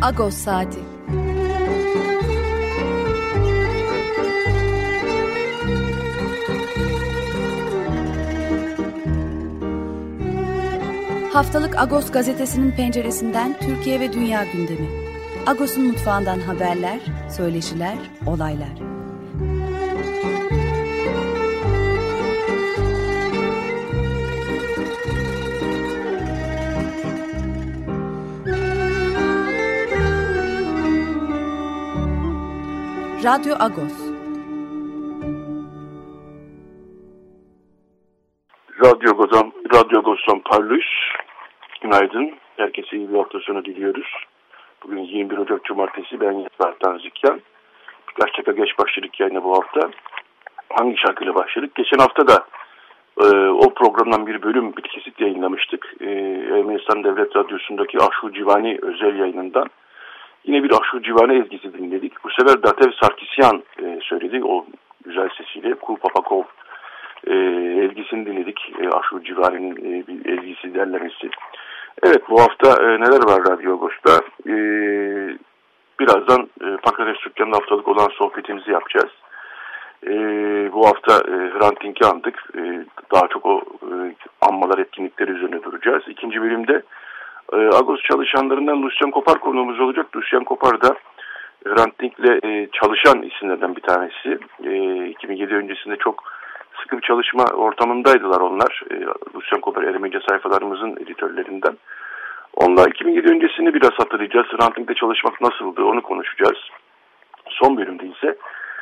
Agos Saati. Haftalık Agos gazetesinin penceresinden Türkiye ve dünya gündemi. Agos'un mutfağından haberler, söyleşiler, olaylar. Radyo Agos. Radyo Agos'tan Parlus. Günaydın. Herkese iyi bir hafta sonu diliyoruz. Bugün 21 Ocak Cumartesi. Ben Yetberk'ten Zikyan. Birkaç dakika geç başladık yayına bu hafta. Hangi şarkıyla başladık? Geçen hafta da o programdan bir bölüm, bir kesit yayınlamıştık. Ermenistan Devlet Radyosu'ndaki Aşur Civani özel yayınından. Yine bir Aşur Civani ezgisi dinledik. Bu sefer Datev Sarkisyan söyledi. O güzel sesiyle Kul Papakov ezgisini dinledik. Aşur Civani'nin bir ezgisi derlemesi. Evet, bu hafta neler var Radyo Agos'ta? Birazdan Pakrates Türkçe'nin haftalık olan sohbetimizi yapacağız. Bu hafta Hrant Dink'i andık. Daha çok o anmalar, etkinlikleri üzerine duracağız. İkinci bölümde Agos çalışanlarından Lucien Kopar konuğumuz olacak. Lucien Kopar da Hrant Dink'le çalışan isimlerden bir tanesi. 2007 öncesinde çok sıkı bir çalışma ortamındaydılar onlar. Lucien Kopar Ermenice sayfalarımızın editörlerinden. Onlar 2007 öncesini biraz hatırlayacağız. Hrant Dink'le çalışmak nasıldı onu konuşacağız. Son bölümde ise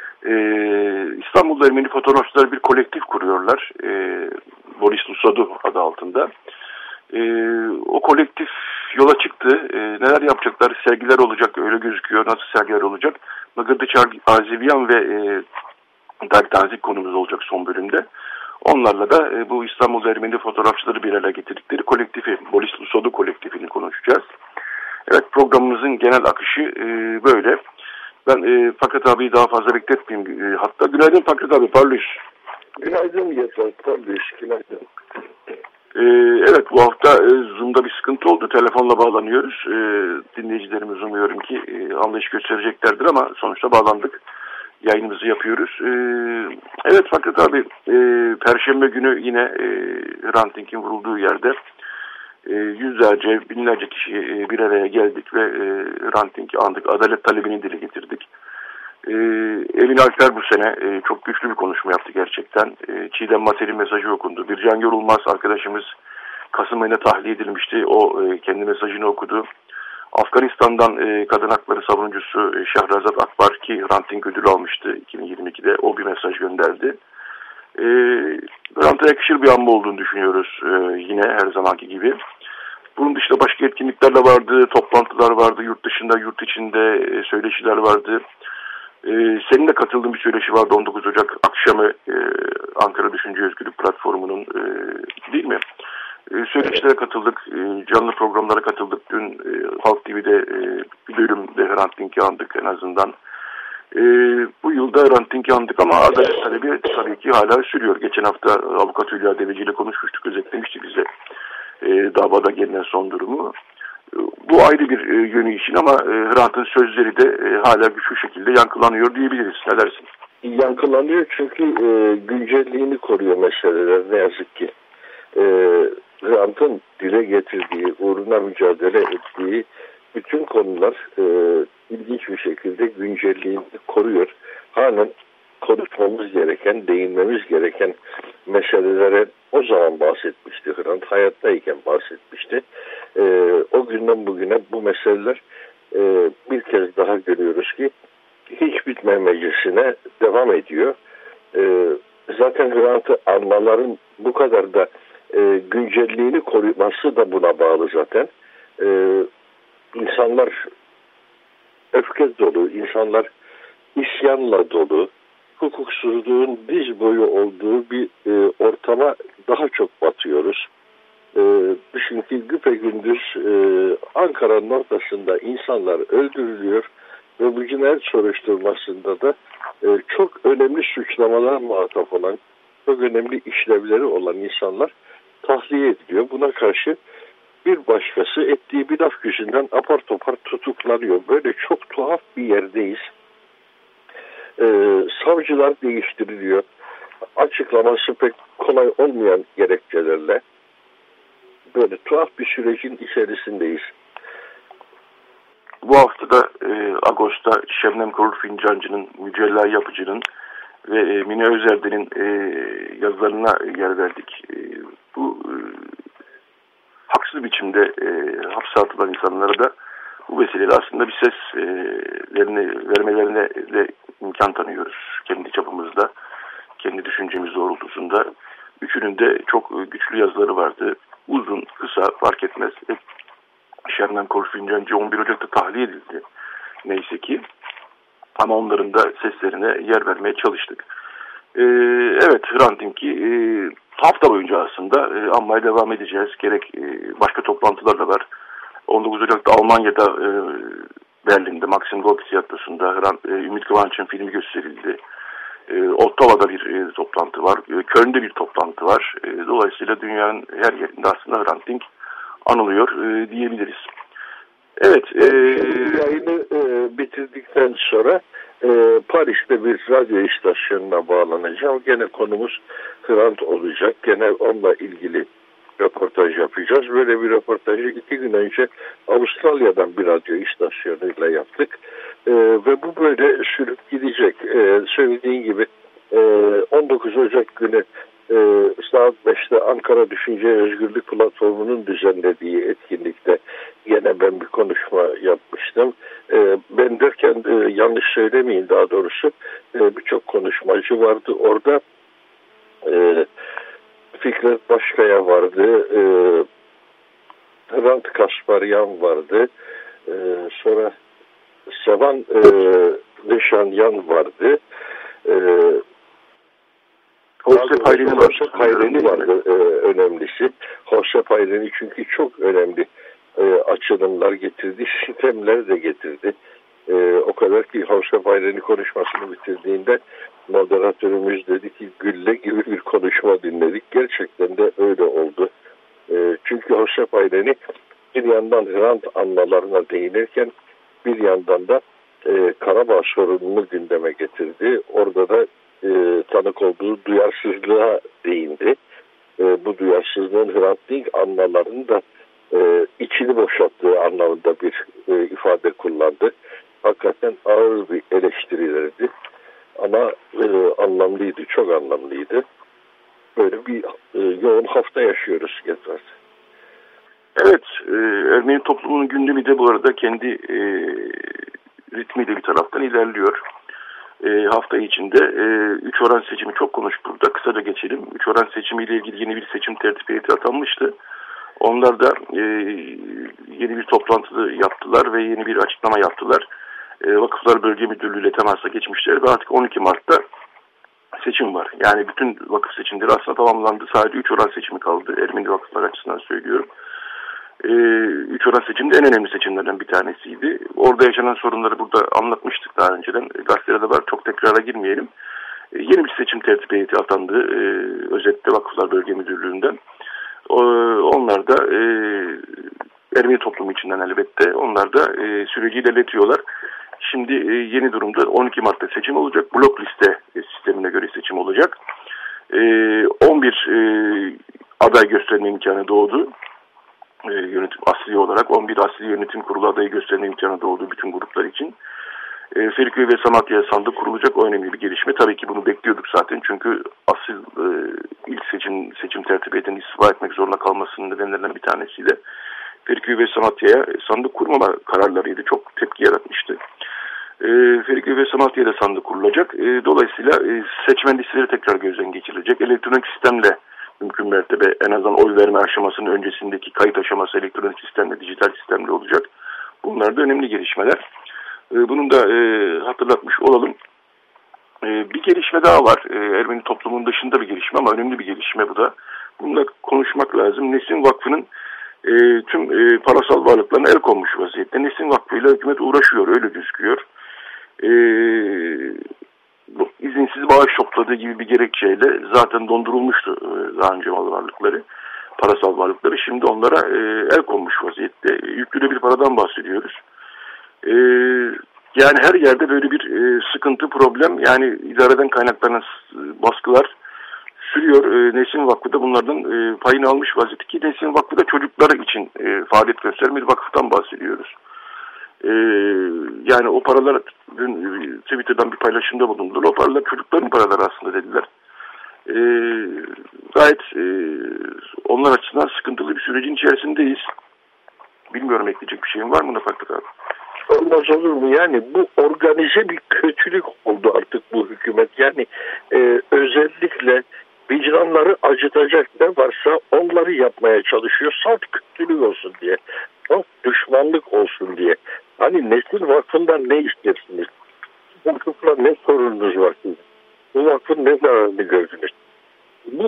İstanbul'da Ermeni fotoğrafçılar bir kolektif kuruyorlar. Boris Lusadu adı altında. O kolektif yola çıktı. Neler yapacaklar? Sergiler olacak. Öyle gözüküyor. Nasıl sergiler olacak? Magırdıç Azeviyan ve Dark Tanzik konumuz olacak son bölümde. Onlarla da bu İstanbul'da Ermeni fotoğrafçıları bir araya getirdikleri kolektifi, Boris Lusadu kolektifini konuşacağız. Evet, programımızın genel akışı böyle. Ben Fakret abiyi daha fazla bekletmeyeyim. Hatta günaydın Fakret abi, Parlus. Günaydın Yeter, Parlus, günaydın. Evet, bu hafta Zoom'da bir sıkıntı oldu. Telefonla bağlanıyoruz. Dinleyicilerimiz umuyorum ki anlayış göstereceklerdir ama sonuçta bağlandık. Yayınımızı yapıyoruz. Evet Fakret abi, Perşembe günü yine Hrant Dink'in vurulduğu yerde yüzlerce, binlerce kişi bir araya geldik ve Hrant Dink'i andık. Adalet talebini dile getirdik. Emin Alper bu sene çok güçlü bir konuşma yaptı gerçekten. Çiğdem Mater'in mesajı okundu. Bircan Yorulmaz arkadaşımız Kasım ayında tahliye edilmişti. O kendi mesajını okudu. Afganistan'dan kadın hakları savunucusu Şahrazat Akbar ki Hrant Dink ödülü almıştı 2022'de. O bir mesaj gönderdi. Hrant'a yakışır bir anma olduğunu düşünüyoruz yine her zamanki gibi. Bunun dışında başka etkinlikler de vardı, toplantılar vardı, yurt dışında, yurt içinde söyleşiler vardı. Senin de katıldığın bir söyleşi vardı 19 Ocak akşamı Ankara Düşünce Özgürlük Platformu'nun değil mi? Söyleşilere katıldık, canlı programlara katıldık. Dün Halk TV'de bir bölümde Hrant Dink'i andık en azından. Bu yılda Hrant Dink'i andık ama adalet talebi tabii ki hala sürüyor. Geçen hafta Avukat Hülya Deveci ile konuşmuştuk, özetlemişti bize davada gelinen son durumu. Bu ayrı bir yönü işin ama Hrant'ın sözleri de hala güçlü şekilde yankılanıyor diyebiliriz. Ne dersin? Yankılanıyor çünkü güncelliğini koruyor meseleler ne yazık ki. Hrant'ın dile getirdiği, uğruna mücadele ettiği bütün konular ilginç bir şekilde güncelliğini koruyor. Halen konuşmamız gereken, değinmemiz gereken meselelere o zaman bahsetmişti. Hrant hayattayken bahsetmişti. O günden bugüne bu meseleler bir kez daha görüyoruz ki hiç bitmemecesine devam ediyor. Zaten Hrant'ı anmaların bu kadar da güncelliğini koruması da buna bağlı zaten. İnsanlar öfke dolu, insanlar isyanla dolu, hukuksuzluğun diz boyu olduğu bir ortama daha çok batıyoruz. Düşün ki güpegündüz Ankara'nın ortasında insanlar öldürülüyor ve bu cinayet soruşturmasında da çok önemli suçlamalar muhatap olan, çok önemli işlevleri olan insanlar tahliye ediliyor. Buna karşı bir başkası ettiği bir laf yüzünden apar topar tutuklanıyor. Böyle çok tuhaf bir yerdeyiz. Savcılar değiştiriliyor. Açıklaması pek kolay olmayan gerekçelerle böyle tuhaf bir sürecin içerisindeyiz. Bu hafta da Ağustos'ta Şebnem Korur Fincancı'nın, Mücella Yapıcı'nın ve Mine Özer'de'nin yazılarına yer verdik. Bu haksız biçimde hapse atılan insanlara da bu vesileyle aslında bir seslerini vermelerine de imkan tanıyoruz. Kendi çapımızda, kendi düşüncemiz doğrultusunda. Üçünün de çok güçlü yazıları vardı. Uzun, kısa fark etmez. Şebnem Korur Fincancı 11 Ocak'ta tahliye edildi. Neyse ki. Ama onların da seslerine yer vermeye çalıştık. Evet, Hrant Dink'i hafta boyunca aslında anmaya devam edeceğiz. Gerek başka toplantılar da var. 19 Ocak'ta Almanya'da Berlin'de Maxim Gorki Tiyatrosu'nda Ümit Kıvanç'ın filmi gösterildi. Ottawa'da bir toplantı var. Köln'de bir toplantı var. Dolayısıyla dünyanın her yerinde aslında Hrant Dink anılıyor diyebiliriz. Evet. Yayını bitirdikten sonra Paris'te bir radyo istasyonuna bağlanacağım. Gene konumuz Hrant olacak. Gene onunla ilgili röportaj yapacağız. Böyle bir röportajı 2 gün önce Avustralya'dan bir radyo istasyonuyla yaptık. Ve bu böyle sürüp gidecek. Söylediğin gibi 19 Ocak günü saat 5'te Ankara Düşünce Özgürlük Platformu'nun düzenlediği etkinlikte yine ben bir konuşma yapmıştım. Ben derken yanlış söylemeyin, daha doğrusu birçok konuşmacı vardı. Orada Fikret Başkaya vardı, Hrant Kasparyan vardı, sonra Sevan Deşanyan vardı, Josep Hayreni vardı önemlisi. Josep Hayreni çünkü çok önemli açılımlar getirdi, sistemler de getirdi. O kadar ki Josep Hayreni konuşmasını bitirdiğinde moderatörümüz dedi ki gülle gibi bir konuşma dinledik. Gerçekten de öyle oldu. Çünkü Josep Hayreni bir yandan Hrant anmalarına değinirken bir yandan da Karabağ sorununu gündeme getirdi. Orada da tanık olduğu duyarsızlığa değindi. Bu duyarsızlığın Hrant Dink anmalarını da içini boşalttığı anlamında bir ifade kullandı. Hakikaten ağır bir eleştirilerdi. Ama anlamlıydı, çok anlamlıydı. Böyle bir yoğun hafta yaşıyoruz Getras. Evet, Ermeni toplumunun gündemi de bu arada kendi ritmiyle bir taraftan ilerliyor. Hafta içinde 3 oran seçimi çok konuştuk burada. Kısaca geçelim. 3 oran seçimiyle ilgili yeni bir seçim tertip heyeti atanmıştı. Onlar da yeni bir toplantı yaptılar ve yeni bir açıklama yaptılar. Vakıflar Bölge Müdürlüğü ile temasa geçmişler ve artık 12 Mart'ta seçim var. Yani bütün vakıf seçimleri aslında tamamlandı. Sadece 3 oran seçimi kaldı. Ermeni vakıflar açısından söylüyorum. 3 oran seçim de en önemli seçimlerden bir tanesiydi. Orada yaşanan sorunları burada anlatmıştık daha önceden. Gazetelerde var, çok tekrara girmeyelim. Yeni bir seçim tertip heyeti atandı. Özetle Vakıflar Bölge Müdürlüğü'nden. Onlar da Ermeni toplumu içinden elbette. Onlar da süreci ilerletiyorlar. Şimdi yeni durumda 12 Mart'ta seçim olacak. Blok liste sistemine göre seçim olacak. 11 aday gösterme imkanı doğdu. Yönetim asli olarak 11 asli yönetim kurulu adayı gösterme imkanı doğdu bütün gruplar için. Feriköy ve Samatya'ya sandık kurulacak, o önemli bir gelişme. Tabii ki bunu bekliyorduk zaten çünkü asıl ilk seçim tertip heyetinin istifa etmek zorunda kalmasının nedenlerinden bir tanesiyle Feriköy ve Samatya'ya sandık kurmama kararlarıydı. Çok tepki yaratmıştı. Feriköy ve Samatya'da sandık kurulacak. Dolayısıyla seçmen listeleri tekrar gözden geçirilecek. Elektronik sistemle mümkün mertebe en azından oy verme aşamasının öncesindeki kayıt aşaması elektronik sistemle, dijital sistemle olacak. Bunlar da önemli gelişmeler. Bunun da hatırlatmış olalım. Bir gelişme daha var. Ermeni toplumunun dışında bir gelişme ama önemli bir gelişme bu da. Bununla konuşmak lazım. Nesin Vakfı'nın tüm parasal varlıklarına el konmuş vaziyette. Nesin Vakfı ile hükümet uğraşıyor, öyle gözüküyor. Bu izinsiz bağış topladığı gibi bir gerekçeyle zaten dondurulmuştu daha önce mal varlıkları. parasal varlıkları şimdi onlara el konmuş vaziyette. Yüklü de bir paradan bahsediyoruz. Yani her yerde böyle bir sıkıntı, problem, yani idareden kaynaklanan baskılar sürüyor. Nesin Vakfı da bunlardan payını almış vaziyette ki Nesin Vakfı da çocuklar için faaliyet gösteren bir vakıftan bahsediyoruz. Yani o paralar, dün Twitter'dan bir paylaşımda bulundular. O paralar çocukların paraları aslında dediler. Gayet onlar açısından sıkıntılı bir sürecin içerisindeyiz. Bilmiyorum, ekleyecek bir şeyim var mı Nafaklık abi? Olmaz olur mu? Yani bu organize bir kötülük oldu artık bu hükümet. Yani özellikle vicdanları acıtacak ne varsa onları yapmaya çalışıyor. Salt kötülük olsun diye. Salt düşmanlık olsun diye. Hani Nesil Vakfı'ndan ne istersiniz? Bu vakıfla ne sorununuz var sizin? Bu vakfın ne zararını gördünüz? Bu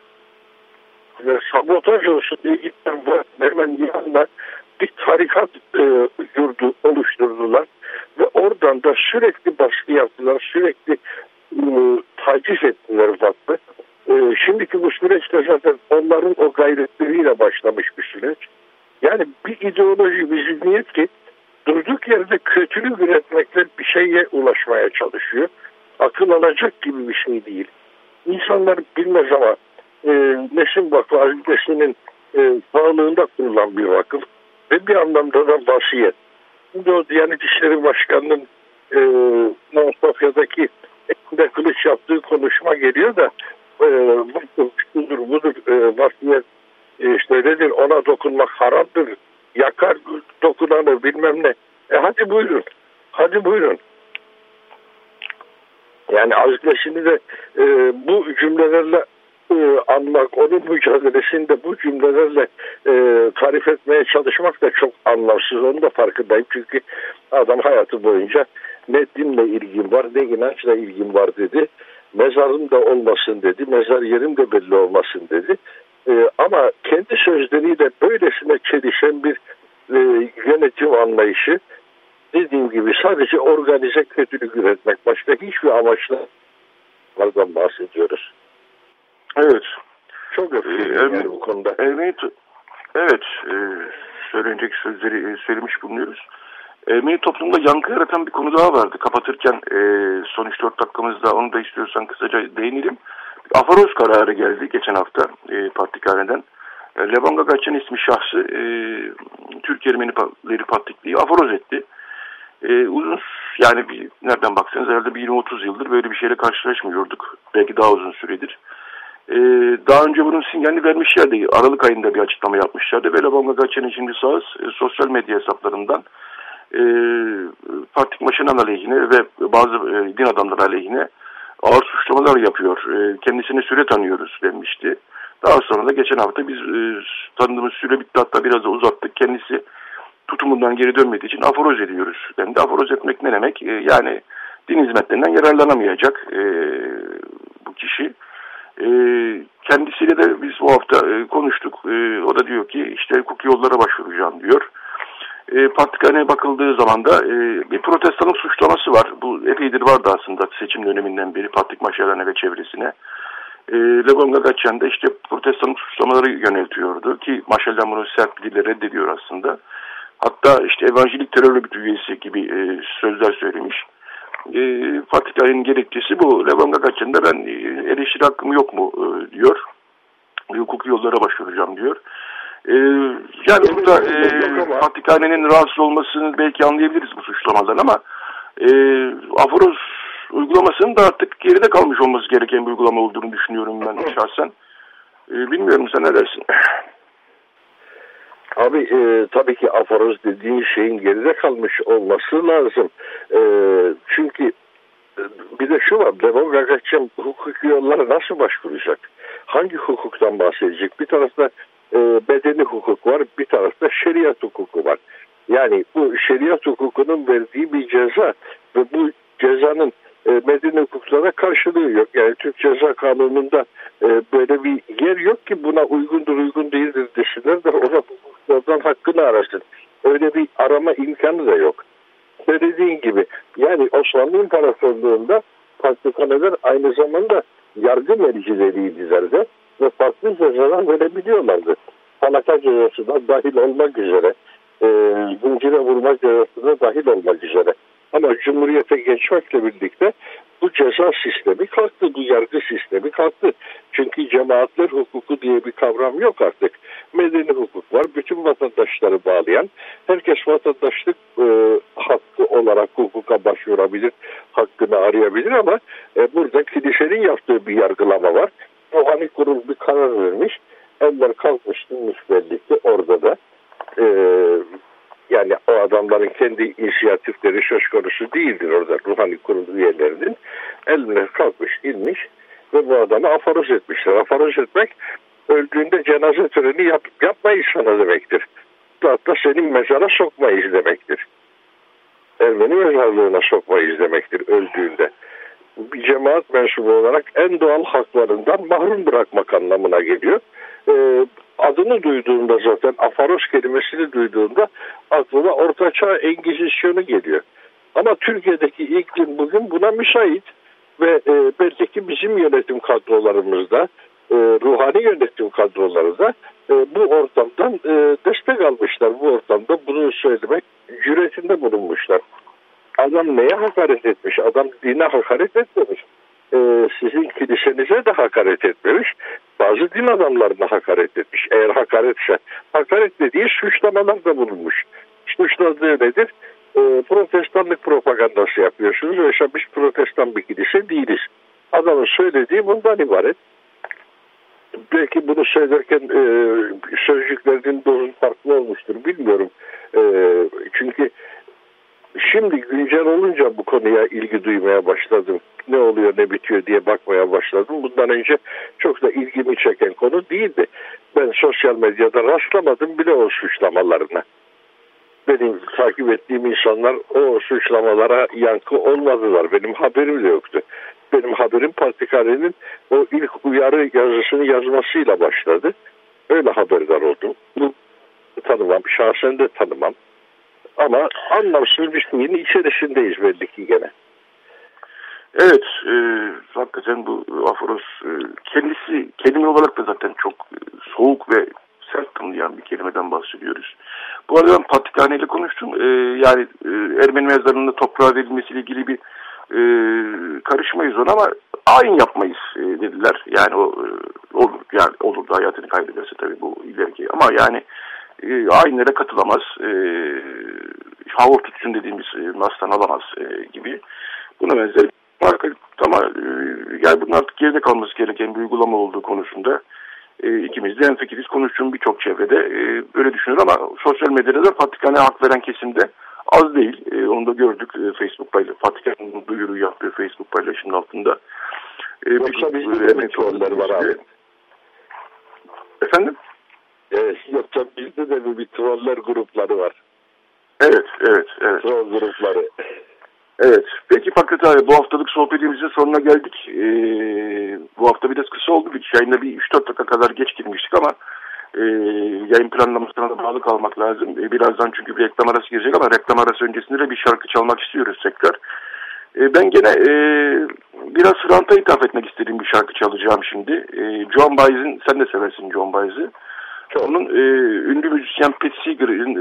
sabotaj olsun diye gitten var. Hemen yanına bir tarikat yurdu oluşturdular ve oradan da sürekli baskı yaptılar, sürekli taciz ettiler vakfı. Şimdiki bu süreçte zaten onların o gayretleriyle başlamış bir süreç. Yani bir ideoloji, bir zihniyet ki durduk yerde kötülük üretmekle bir şeye ulaşmaya çalışıyor. Akıl alacak gibi bir şey değil. İnsanlar bilmez ama Nesin Vakfı Aziz Nesin'in sağlığında kurulan bir vakıf ve bir anlamda da vasiyet. Şimdi o Diyanet İşleri Başkanı'nın Sofya'daki elinde kılıç yaptığı konuşma geliyor da budur vasiyet işte nedir, ona dokunmak haramdır, yakar dokunanı bilmem ne. Hadi buyurun. Hadi buyurun. Yani Aziz Nesin'i de bu cümlelerle anmak, onun mücadelesini de bu cümlelerle tarif etmeye çalışmak da çok anlamsız. Onun da farkındayım. Çünkü adam hayatı boyunca ne dinle ilgim var, ne inançla ilgim var dedi. Mezarım da olmasın dedi. Mezar yerim de belli olmasın dedi. Ama kendi sözleriyle böylesine çelişen bir yönetim anlayışı, dediğim gibi sadece organize kötülük üretmek, başka hiçbir amaçlardan bahsediyoruz. Evet. Çok öfkeliyim yani bu konuda. Evet. Söylenecek sözleri söylemiş bulunuyoruz. Ermeni toplumda yankı yaratan bir konu daha vardı. Kapatırken son 3-4 dakikamızda onu da istiyorsan kısaca değinelim. Afaroz kararı geldi geçen hafta Patrikhane'den. Levon Gagaç'ın ismi şahsı Türk Ermenileri Patrikliği afaroz etti. Uzun, yani nereden baksanız herhalde bir 20-30 yıldır böyle bir şeyle karşılaşmıyorduk. Belki daha uzun süredir. Daha önce bunun sinyalini vermişlerdi. Aralık ayında bir açıklama yapmışlardı. Ve Levon Gagaç'ın şimdi sağız sosyal medya hesaplarından Fatih Maşınan aleyhine ve bazı din adamları aleyhine ağır suçlamalar yapıyor. Kendisine süre tanıyoruz demişti. Daha sonra da geçen hafta biz tanıdığımız süre bitti, hatta biraz da uzattık. Kendisi tutumundan geri dönmediği için aforoz ediyoruz. Yani de aforoz etmek ne demek? Yani din hizmetlerinden yararlanamayacak bu kişi. Kendisiyle de biz bu hafta konuştuk. O da diyor ki işte hukuki yollara başvuracağım diyor. Patrikhane'ye bakıldığı zaman da bir protestanlık suçlaması var. Bu epeydir vardı aslında seçim döneminden beri Patrik Maşalarına ve çevresine. Levon Gagaçyan da işte protestanlık suçlamaları yöneltiyordu ki Maşalan bunu sert bir dille reddediyor aslında. Hatta işte evanjelik terör örgütü üyesi gibi sözler söylemiş. Patrikhane'nin gerekçesi bu. Levon Gagaçyan da ben eleştiri hakkım yok mu diyor. Hukuki yollara başvuracağım diyor. Yani burada Patrikhane'nin rahatsız olmasını belki anlayabiliriz bu suçlamadan ama aforoz uygulamasının da artık geride kalmış olması gereken bir uygulama olduğunu düşünüyorum ben şahsen. Bilmiyorum, sen ne dersin? Abi tabii ki aforoz dediğin şeyin geride kalmış olması lazım. Çünkü bir de şu var, Levon Gagaçyan hukuki yollara nasıl başvuracak? Hangi hukuktan bahsedecek? Bir tarafta bedeni hukuk var, bir tarafta şeriat hukuku var. Yani bu şeriat hukukunun verdiği bir ceza ve bu cezanın medeni hukuklara karşılığı yok. Yani Türk Ceza Kanunu'nda böyle bir yer yok ki buna uygundur, uygun değildir desinler de ona hukuklardan hakkını arasın. Öyle bir arama imkanı da yok. Söylediğin gibi yani Osmanlı İmparatorluğu'nda Patrikhaneler aynı zamanda yargı mercileriydiler de ve farklı cezalar verebiliyorlardı. Falaka cezası da dahil olmak üzere, zincire vurma cezası da dahil olmak üzere. Ama Cumhuriyete geçmekle birlikte bu ceza sistemi kalktı, bu yargı sistemi kalktı. Çünkü cemaatler hukuku diye bir kavram yok artık. Medeni hukuk var, bütün vatandaşları bağlayan, herkes vatandaşlık hakkı olarak hukuka başvurabilir, hakkını arayabilir ama burada kilisenin yaptığı bir yargılama var. Ruhani kurul bir karar vermiş, eller kalkmış dinmiş belli ki orada da. Yani o adamların kendi inisiyatifleri söz konusu değildir orada ruhani kurul üyelerinin. Eline kalkmış, inmiş ve bu adamı aforoz etmişler. Aforoz etmek öldüğünde cenaze töreni yapmayız sana demektir. Hatta senin mezara sokmayız demektir. Ermeni mezarlığına sokmayız demektir öldüğünde. Bir cemaat mensubu olarak en doğal haklarından mahrum bırakmak anlamına geliyor. Adını duyduğunda zaten afaros kelimesini duyduğunda aklına Ortaçağ Engizisyonu geliyor. Ama Türkiye'deki iklim bugün buna müsait ve belli ki bizim yönetim kadrolarımızda, ruhani yönetim kadroları da bu ortamdan destek almışlar. Bu ortamda bunu söylemek cüretinde bulunmuşlar. Adam neye hakaret etmiş? Adam dine hakaret etmemiş. Sizin kilisenize de hakaret etmemiş. Bazı din adamlarına hakaret etmiş. Eğer hakaretse, hakaret dediği suçlamalarda bulunmuş. Suçladığı nedir? Protestanlık propagandası yapıyorsunuz. Oysa biz protestan bir kilise değiliz. Adamın söylediği bundan ibaret. Belki bunu söylerken sözcüklerinin dozu farklı olmuştur. Bilmiyorum. Çünkü şimdi güncel olunca bu konuya ilgi duymaya başladım. Ne oluyor ne bitiyor diye bakmaya başladım. Bundan önce çok da ilgimi çeken konu değildi. Ben sosyal medyada rastlamadım bile o suçlamalarına. Benim takip ettiğim insanlar o suçlamalara yankı olmadılar. Benim haberim de yoktu. Benim haberim Patrikhane'nin o ilk uyarı yazısını yazmasıyla başladı. Öyle haberdar oldum. Bu tanımam, şahsen de tanımam. Ama anlamsız bir şeyin içerisindeyiz belli ki gene. Evet, hakikaten bu aforos kendisi kelime olarak da zaten çok soğuk ve sert tanımlayan bir kelimeden bahsediyoruz. Bu arada ben Patrikhane ile konuştum. Yani Ermeni mezarının toprağa verilmesiyle ilgili bir karışmayız ona ama ayin yapmayız dediler. Yani o olur, yani olur da hayatını kaybederse tabii bu ileriki ama yani ayinlere katılamaz. Havur tutsun dediğimiz mastan alamaz gibi. Buna benzer ama yani bunun artık geride kalması gereken bir uygulama olduğu konusunda ikimiz de hemfikiriz. Konuştuğum birçok çevrede böyle düşünüyor ama sosyal medyada da Patrikhane'ye hak veren kesimde az değil. Onu da gördük Facebook paylaşımı. Patrikhane'nin duyuru yaptığı Facebook paylaşımının altında. Yoksa bizde de mi troller var abi? Efendim? Yoksa bizde de mi bir troller grupları var? Evet. Troll grupları. Evet. Peki Fakret abi bu haftalık sohbetimizin sonuna geldik. Bu hafta biraz kısa oldu. Yayına bir 3-4 dakika kadar geç girmiştik ama yayın planlamasına da bağlı kalmak lazım. Birazdan çünkü bir reklam arası girecek ama reklam arası öncesinde de bir şarkı çalmak istiyoruz tekrar. Ben gene biraz Hrant'a ithaf etmek istediğim bir şarkı çalacağım şimdi. John Baez'in, sen de seversin John Baez'i. Onun ünlü müzisyen Pete Seeger'ın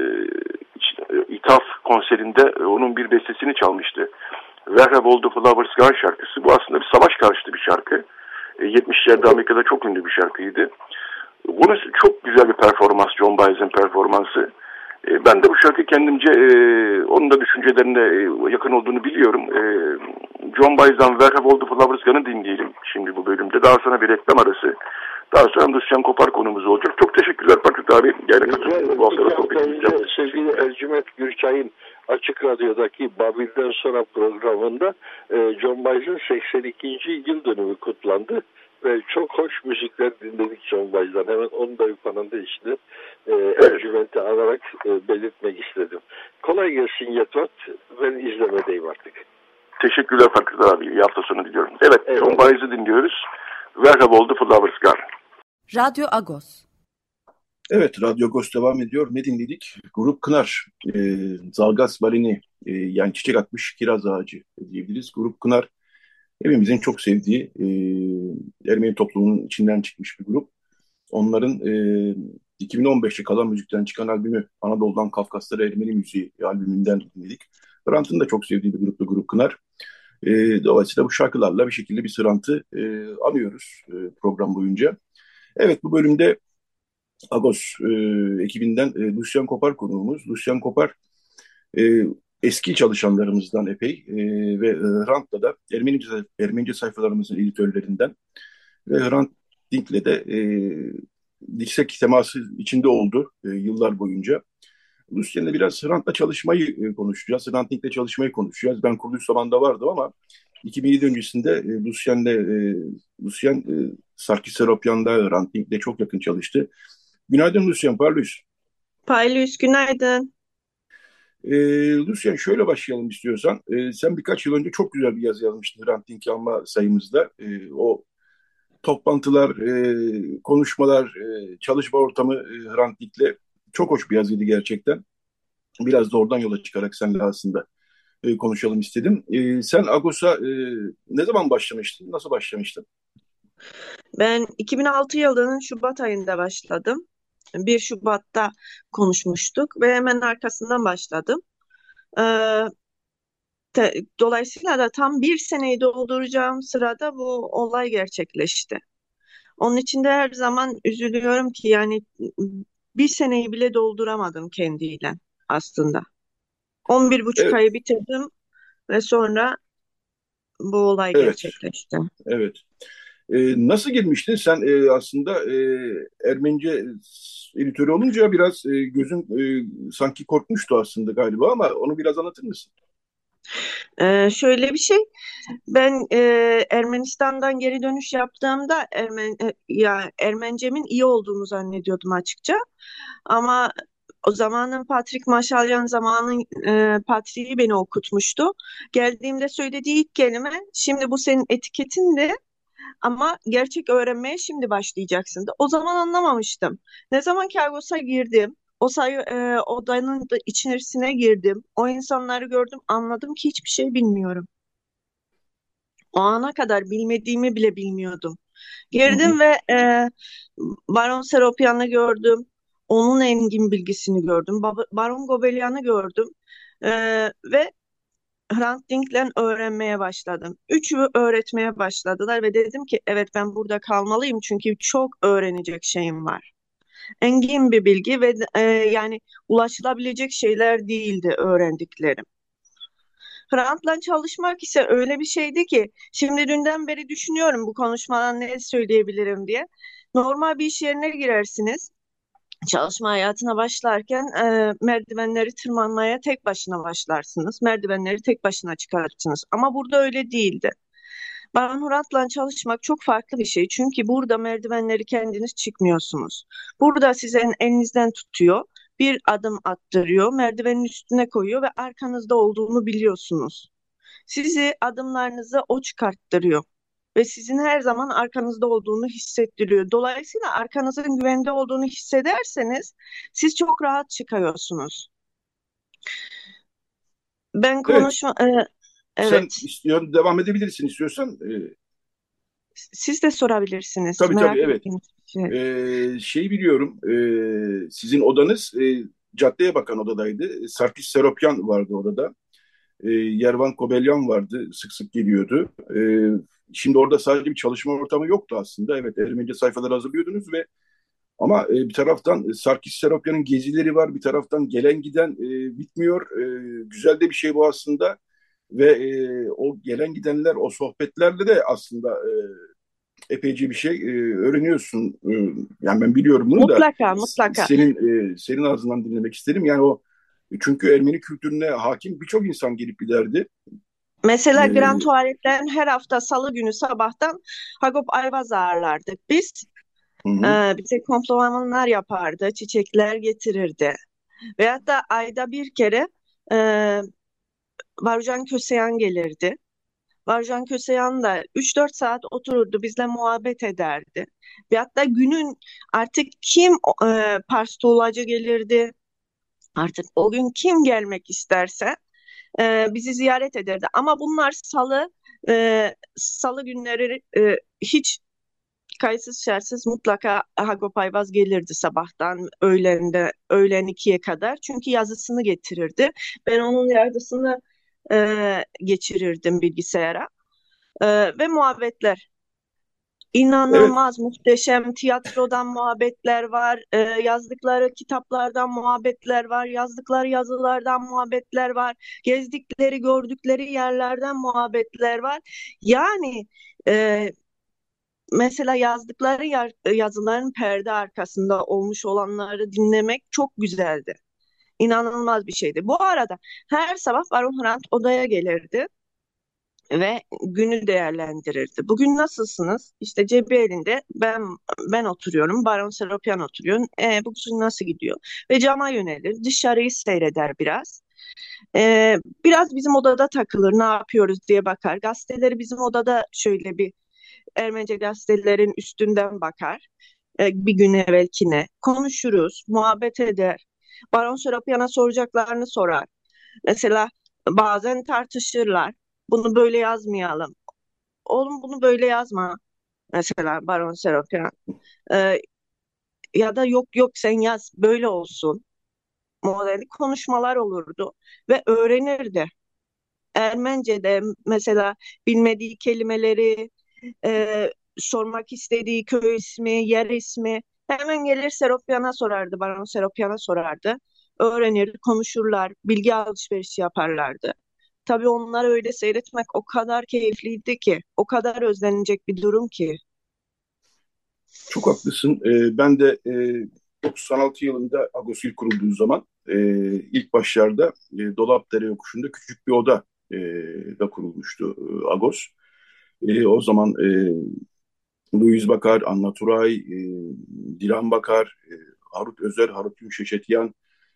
ithaf konserinde onun bir bestesini çalmıştı. Where Have All The Flowers Gone şarkısı. Bu aslında bir savaş karşıtı bir şarkı. 70'lerde Amerika'da çok ünlü bir şarkıydı. Bunun çok güzel bir performans, John Baez'in performansı. Ben de bu şarkı kendimce onun da düşüncelerine yakın olduğunu biliyorum. John Baez'dan Where Have All The Flowers Gone'ı dinleyelim şimdi bu bölümde. Daha sonra bir reklam arası. Daha sonra Rusyan Kopar konumuz olacak. Çok teşekkürler Fakret abi. Bu hafta sevgili Ercüment Gürçay'ın Açık Radyo'daki Babil'den sonra programında John Baez'in 82. yıl dönümü kutlandı. Ve çok hoş müzikler dinledik John Baez'den. Hemen onu da yukarıda işte Ercüment'i alarak belirtmek istedim. Kolay gelsin Yetvat. Ben izlemedeyim artık. Teşekkürler Fakret abi. İyi hafta sonu diliyorum. Evet, John Baez'i dinliyoruz. Where Have All The Flowers Gone? Radyo Agos. Evet, Radyo Agos devam ediyor. Ne dinledik? Grup Kınar, Zalgas Balini, yani çiçek atmış kiraz ağacı diyebiliriz. Grup Kınar, hepimizin çok sevdiği Ermeni toplumunun içinden çıkmış bir grup. Onların 2015'te Kalan Müzik'ten çıkan albümü Anadolu'dan Kafkaslara Ermeni Müziği albümünden dinledik. Hrant'ın da çok sevdiği bir gruptu Grup Kınar. Dolayısıyla bu şarkılarla bir şekilde bir Hrant'ı anıyoruz program boyunca. Evet, bu bölümde Agos ekibinden Lucien Kopar konuğumuz. Lucien Kopar e, eski çalışanlarımızdan epey ve Hrant'la da Ermenice sayfalarımızın editörlerinden ve Hrant Dink'le de dirsek teması içinde oldu yıllar boyunca. Lucien'le biraz Hrant'la çalışmayı konuşacağız. Hrant Dink'le çalışmayı konuşacağız. Ben kuruluş zamanında vardım ama 2007 öncesinde Lucien Sarkis Seropyan'da Hrant Dink'le çok yakın çalıştı. Günaydın Lucien, parlıyız. Paylus, günaydın. Lucien, şöyle başlayalım istiyorsan. Sen birkaç yıl önce çok güzel bir yazı yazmıştın Hrant Dink'i anma sayımızda. O toplantılar, konuşmalar, çalışma ortamı Hrant Dink'le çok hoş bir yazıydı gerçekten. Biraz da oradan yola çıkarak seninle aslında konuşalım istedim. Sen Agos'a ne zaman başlamıştın? Nasıl başlamıştın? Ben 2006 yılının Şubat ayında başladım. 1 Şubat'ta konuşmuştuk ve hemen arkasından başladım. Ee, Dolayısıyla da tam bir seneyi dolduracağım sırada bu olay gerçekleşti. Onun için de her zaman üzülüyorum ki yani bir seneyi bile dolduramadım kendiyle aslında. 11,5 Evet, ayı bitirdim ve sonra bu olay evet, gerçekleşti. evet. Nasıl girmiştin? Sen aslında Ermenice editörü olunca biraz gözün sanki korkmuştu aslında galiba ama onu biraz anlatır mısın? Şöyle bir şey, ben Ermenistan'dan geri dönüş yaptığımda Ermencemin iyi olduğunu zannediyordum açıkça. Ama o zamanın Patrik Maşalyan zamanın Patriği beni okutmuştu. Geldiğimde söylediği ilk kelime, şimdi bu senin etiketindi ama gerçek öğrenmeye şimdi başlayacaksın. O zaman anlamamıştım. Ne zaman ki Argos'a girdim, odanın da içerisine girdim, o insanları gördüm, anladım ki hiçbir şey bilmiyorum. O ana kadar bilmediğimi bile bilmiyordum. Hı hı. Girdim ve Baron Seropyan'ı gördüm. Onun engin bilgisini gördüm. Baron Gobelyan'ı gördüm. E, Ve Hrant Dink'le öğrenmeye başladım. Üçü öğretmeye başladılar ve dedim ki evet, ben burada kalmalıyım çünkü çok öğrenecek şeyim var. Engin bir bilgi ve yani ulaşılabilecek şeyler değildi öğrendiklerim. Hrant'la çalışmak ise öyle bir şeydi ki şimdi dünden beri düşünüyorum bu konuşmadan ne söyleyebilirim diye. Normal bir iş yerine girersiniz. Çalışma hayatına başlarken merdivenleri tırmanmaya tek başına başlarsınız. Merdivenleri tek başına çıkartırsınız. Ama burada öyle değildi. Baron Hrant'la çalışmak çok farklı bir şey. Çünkü burada merdivenleri kendiniz çıkmıyorsunuz. Burada sizin elinizden tutuyor, bir adım attırıyor, merdivenin üstüne koyuyor ve arkanızda olduğunu biliyorsunuz. Sizi, adımlarınızı o çıkarttırıyor ve sizin her zaman arkanızda olduğunu hissettiriyor. Dolayısıyla arkanızın güvende olduğunu hissederseniz siz çok rahat çıkıyorsunuz. Ben Evet, konuşma sen evet, devam edebilirsin istiyorsan. siz de sorabilirsiniz. Tabii tabii, Merak evet. ettiğiniz bir şey. Şey biliyorum, sizin odanız caddeye bakan odadaydı. Sarkis Seropyan vardı odada. Yervan Kobelyan vardı, sık sık geliyordu. Şimdi orada sadece bir çalışma ortamı yoktu aslında. Evet, Ermenice sayfaları hazırlıyordunuz ve ama bir taraftan Sarkis Seropyan'ın gezileri var, bir taraftan gelen giden bitmiyor. Güzel de bir şey bu aslında. Ve o gelen gidenler, o sohbetlerle de aslında epeyce bir şey öğreniyorsun. Yani ben biliyorum bunu da Mutlaka, mutlaka. senin ağzından dinlemek isterim. Yani o çünkü Ermeni kültürüne hakim birçok insan gelip giderdi. Mesela Grand E, Tuvalet'ten her hafta Salı günü sabahtan Hagop Ayvaz ağırlardık biz. hı hı, Bize komplimanlar yapardı, çiçekler getirirdi. Veyahut da ayda bir kere e, Varcan Köseyan gelirdi. Varcan Köseyan da 3-4 saat otururdu, bizle muhabbet ederdi. Veyahut da günün artık kim Pars Tuğlacı gelirdi, artık o gün kim gelmek isterse bizi ziyaret ederdi. Ama bunlar salı günleri hiç kayıtsız şartsız mutlaka Hagop Ayvaz gelirdi sabahtan öğlen 2'ye kadar. Çünkü yazısını getirirdi. Ben onun yazısını geçirirdim bilgisayara. Ve muhabbetler. Evet, İnanılmaz muhteşem tiyatrodan muhabbetler var, yazdıkları kitaplardan muhabbetler var, yazdıkları yazılardan muhabbetler var, gezdikleri, gördükleri yerlerden muhabbetler var. Yani e, mesela yazdıkları yazıların perde arkasında olmuş olanları dinlemek çok güzeldi. İnanılmaz bir şeydi. Bu arada her sabah Baron Hrant odaya gelirdi ve günü değerlendirirdi. Bugün nasılsınız? İşte cebi elinde ben oturuyorum, Baron Seropian oturuyor. Bugün nasıl gidiyor? Ve cama yönelir, dışarıyı seyreder biraz. Biraz bizim odada takılır, ne yapıyoruz diye bakar. Gazeteleri bizim odada şöyle bir Ermenice gazetelerin üstünden bakar. Bir gün evvelkine konuşuruz, muhabbet eder. Baron Seropian'a soracaklarını sorar. Mesela bazen tartışırlar. Bunu böyle yazmayalım. Oğlum bunu böyle yazma. Mesela Baron Seropian. Ee, Ya da yok yok sen yaz böyle olsun. Modeli konuşmalar olurdu ve öğrenirdi. Ermence'de mesela bilmediği kelimeleri, sormak istediği köy ismi, yer ismi hemen gelir Seropian'a sorardı, Baron Seropian'a sorardı. Öğrenir, konuşurlar, bilgi alışverişi yaparlardı. Tabii onları öyle seyretmek o kadar keyifliydi ki, o kadar özlenilecek bir durum ki. çok haklısın. Ben de 96 yılında Agos ilk kurulduğu zaman ilk başlarda Dolapdere yokuşunda küçük bir oda da kurulmuştu Agos. O zaman Louise Bakar, Anna Turay, Dilan Bakar, Harut Özer, Harut Yumşeşetyan,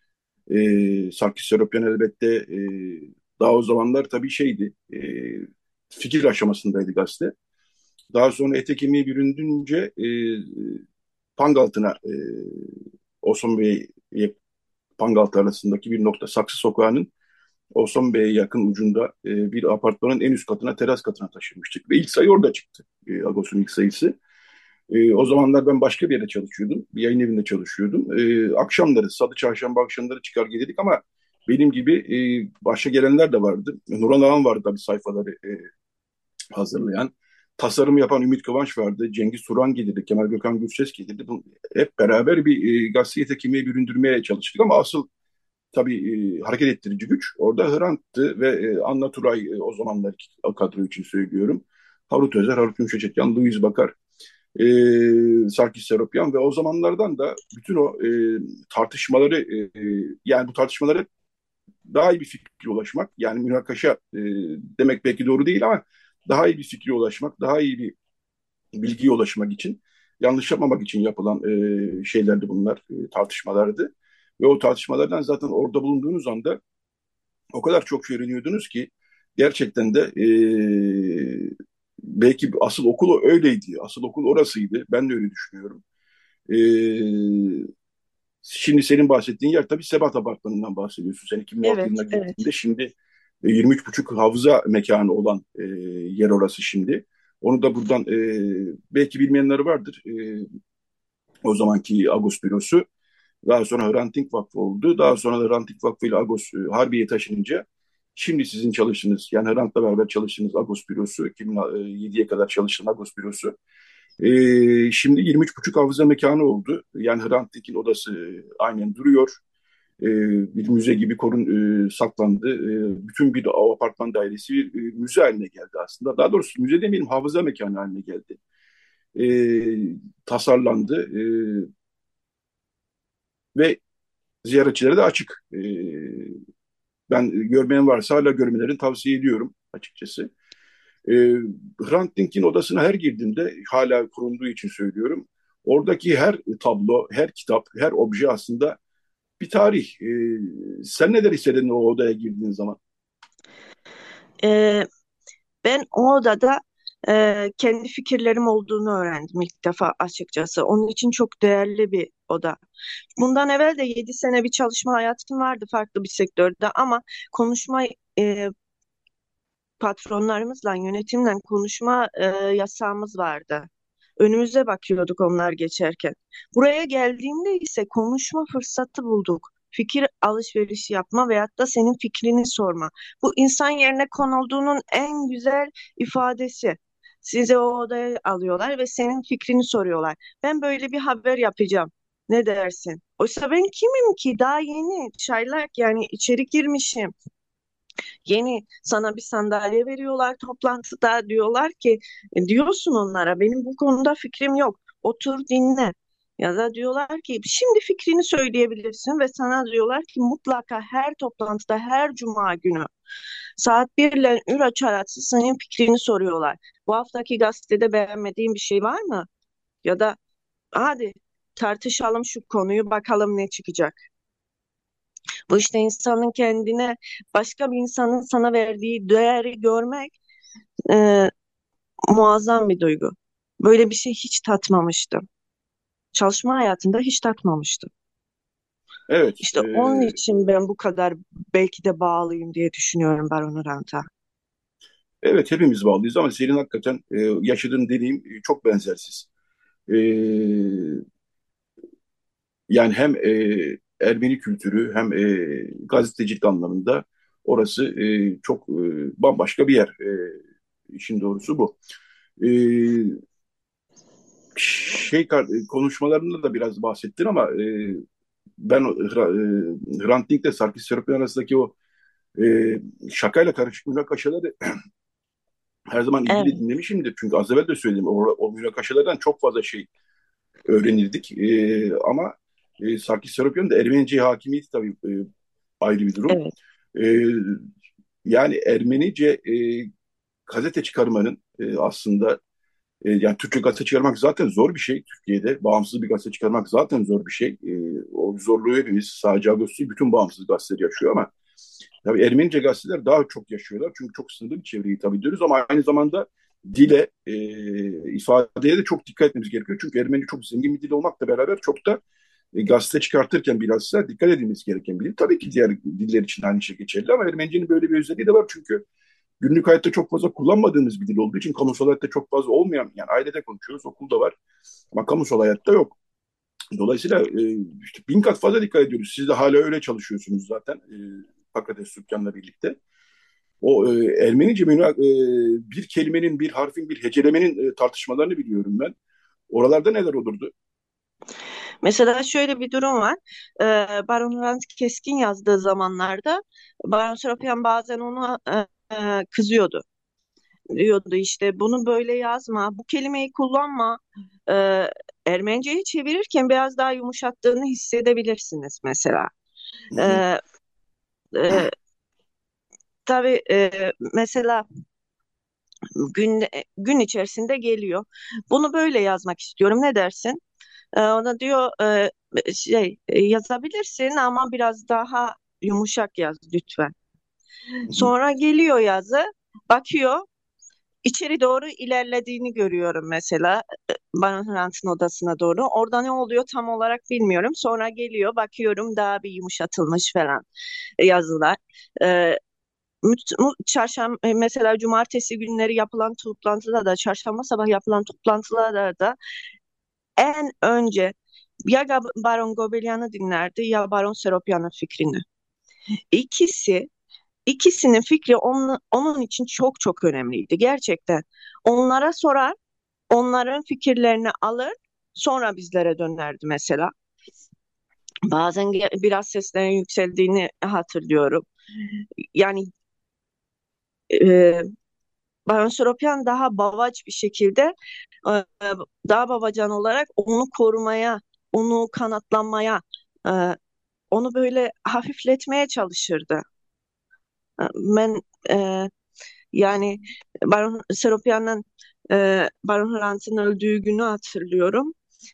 Sarkis Seropyan elbette. Daha o zamanlar tabii şeydi, fikir aşamasındaydı gazete. Daha sonra ete kemiğe büründünce Pangaltı'na, Osman Bey'e Pangaltı arasındaki bir nokta, Saksı Sokağı'nın Osman Bey'e yakın ucunda bir apartmanın en üst katına, teras katına taşınmıştık. Ve ilk sayı orada çıktı. Agos'un ilk sayısı. O zamanlar ben başka bir yere çalışıyordum. Bir yayın evinde çalışıyordum. Akşamları, salı, çarşamba akşamları çıkar gelirdik ama benim gibi başka gelenler de vardı. Nurhan Ağam vardı tabii sayfaları hazırlayan. Tasarım yapan Ümit Kıvanç vardı. Cengiz Turan gelirdi. Kemal Gökhan Gürses gelirdi. Hep beraber bir gazeteye kimiye büründürmeye çalıştık ama asıl tabii hareket ettirici güç orada Hrant'tı ve Anna Turay o zamanlar kadro için söylüyorum. Harut Özer, Harut Yumuşaçetyan, Louise Bakar, Sarkis Seropyan ve o zamanlardan da bütün o tartışmaları yani bu tartışmaları daha iyi bir fikre ulaşmak yani münakaşa demek belki doğru değil ama daha iyi bir fikre ulaşmak, daha iyi bir bilgiye ulaşmak için yanlış yapmamak için yapılan şeylerdi bunlar, tartışmalardı. Ve o tartışmalardan zaten orada bulunduğunuz anda o kadar çok şey öğreniyordunuz ki gerçekten de belki asıl okul öyleydi. Asıl okul orasıydı. Ben de öyle düşünüyorum. E, Şimdi senin bahsettiğin yer tabii Sebat Apartmanı'ndan bahsediyorsun. Sen 2006 Evet, yılına evet. gittiğinde şimdi 23,5 havza mekanı olan yer orası şimdi. Onu da buradan belki bilmeyenler vardır. O zamanki Agos bürosu. Daha sonra Hrant Dink Vakfı oldu. Daha sonra da Hrant Dink Vakfı ile Agos Harbiye'ye taşınınca şimdi sizin çalıştığınız yani Hrant'la beraber çalıştığınız Agos bürosu 2007'ye kadar çalıştığın Agos bürosu şimdi 23,5 hafıza mekanı oldu. Yani Hrant Dink'in odası aynen duruyor. Bir müze gibi saklandı. Bütün bir o apartman dairesi bir müze haline geldi aslında. Daha doğrusu müze demeyelim hafıza mekanı haline geldi. E, Tasarlandı ve ziyaretçilere de açık. Ben görmeyen varsa hala görmelerini tavsiye ediyorum açıkçası. E, Hrant Dink'in odasına her girdiğimde hala kurulduğu için söylüyorum. Oradaki her tablo, her kitap, her obje aslında bir tarih. Sen neler hissedin o odaya girdiğin zaman? Ee, Ben o odada kendi fikirlerim olduğunu öğrendim ilk defa açıkçası. Onun için çok değerli bir oda. Bundan evvel de 7 sene bir çalışma hayatım vardı farklı bir sektörde ama konuşma e, patronlarımızla, yönetimle konuşma yasağımız vardı. Önümüze bakıyorduk onlar geçerken. Buraya geldiğimde ise konuşma fırsatı bulduk. Fikir alışverişi yapma veyahut da senin fikrini sorma. Bu insan yerine konulduğunun en güzel ifadesi. Sizi o odaya alıyorlar ve senin fikrini soruyorlar. Ben böyle bir haber yapacağım. Ne dersin? Oysa ben kimim ki? Daha yeni çaylak, yani içeri girmişim. Yeni sana bir sandalye veriyorlar toplantıda, diyorlar ki diyorsun onlara benim bu konuda fikrim yok. Otur dinle. Ya da diyorlar ki şimdi fikrini söyleyebilirsin ve sana diyorlar ki mutlaka her toplantıda her cuma günü saat 1 ile 3 arası senin fikrini soruyorlar. Bu haftaki gazetede beğenmediğin bir şey var mı? Ya da hadi tartışalım şu konuyu, bakalım ne çıkacak. Bu işte insanın kendine, başka bir insanın sana verdiği değeri görmek e, muazzam bir duygu. Böyle bir şey hiç tatmamıştım. Çalışma hayatında hiç tatmamıştım. Evet, İşte onun için ben bu kadar belki de bağlıyım diye düşünüyorum Baron Hrant'a. evet hepimiz bağlıyız ama senin hakikaten yaşadığın deneyim çok benzersiz. E, Yani hem Ermeni kültürü hem gazetecilik anlamında orası çok bambaşka bir yer. İşin doğrusu bu. E, Konuşmalarında da biraz bahsettin ama ben Hrant Dink'le Sarkis Serapyan arasındaki o şakayla karışık münakaşaları her zaman ilgili Evet, dinlemişimdir. Çünkü az evvel de söyledim o münakaşalardan çok fazla şey öğrenirdik. Ama Sarkis Serapyan'ın da Ermenice hakimiyeti tabii ayrı bir durum. evet, E, Yani Ermenice gazete çıkarmanın aslında yani Türkçe gazete çıkarmak zaten zor bir şey Türkiye'de. Bağımsız bir gazete çıkarmak zaten zor bir şey. O zorluğu hepimiz, sadece Ağustos değil, bütün bağımsız gazeteler yaşıyor ama tabii Ermenice gazeteler daha çok yaşıyorlar. Çünkü çok sınırlı bir çevreyi hitap ediyoruz ama aynı zamanda dile, ifadeye de çok dikkat etmemiz gerekiyor. Çünkü Ermenice çok zengin bir dil olmakla beraber çok da gazete çıkartırken bilhassa dikkat edilmesi gereken bir dil. Tabii ki diğer diller için aynı şey geçerli ama Ermenice'nin böyle bir özelliği de var. Çünkü günlük hayatta çok fazla kullanmadığımız bir dil olduğu için kamusal hayatta çok fazla olmayan, yani ailede konuşuyoruz, okulda var ama kamusal hayatta yok. Dolayısıyla işte 1000 kat fazla dikkat ediyoruz. Siz de hala öyle çalışıyorsunuz zaten Pakates Türkkan'la birlikte. O Ermenice bir kelimenin, bir harfin, bir hecelemenin tartışmalarını biliyorum ben. Oralarda neler olurdu? mesela şöyle bir durum var. Baron Hrant keskin yazdığı zamanlarda Baron Seropian bazen ona kızıyordu. Diyordu işte bunu böyle yazma, bu kelimeyi kullanma. Ee, Ermenice'yi çevirirken biraz daha yumuşattığını hissedebilirsiniz mesela. Hı hı, Ee, e, tabii mesela gün içerisinde geliyor. Bunu böyle yazmak istiyorum. Ne dersin? Ona diyor yazabilirsin ama biraz daha yumuşak yaz lütfen. hı hı, Sonra geliyor yazı, bakıyor. İçeri doğru ilerlediğini görüyorum mesela Baron Hrant'ın odasına doğru. Orada ne oluyor tam olarak bilmiyorum. Sonra geliyor bakıyorum daha bir yumuşatılmış falan yazılar. E, mesela cumartesi günleri yapılan toplantıda da çarşamba sabah yapılan toplantılarda da en önce ya Baron Gobelian'ı dinlerdi ya Baron Seropian'ın fikrini. İkisi İkisinin fikri onun için çok çok önemliydi gerçekten. Onlara sorar, onların fikirlerini alır, sonra bizlere dönerdi mesela. Bazen biraz seslerin yükseldiğini hatırlıyorum. Yani e, Baron Soropian daha babaç bir şekilde, e, daha babacan olarak onu korumaya, onu kanatlanmaya, e, onu böyle hafifletmeye çalışırdı. Ben yani Baron Seropian'ın Baron Hrant'ın öldüğü günü hatırlıyorum.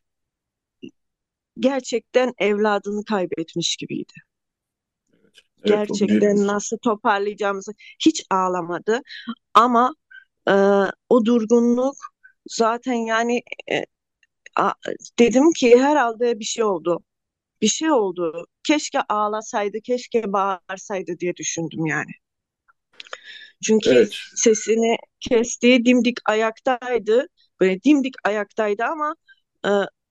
Gerçekten evladını kaybetmiş gibiydi. evet, o gün Gerçekten hepimiz. nasıl toparlayacağımızı hiç ağlamadı. Ama e, o durgunluk zaten yani a- dedim ki herhalde bir şey oldu. Bir şey oldu. Keşke ağlasaydı, keşke bağırsaydı diye düşündüm yani. Çünkü Evet, sesini kestiği dimdik ayaktaydı. Böyle dimdik ayaktaydı ama e,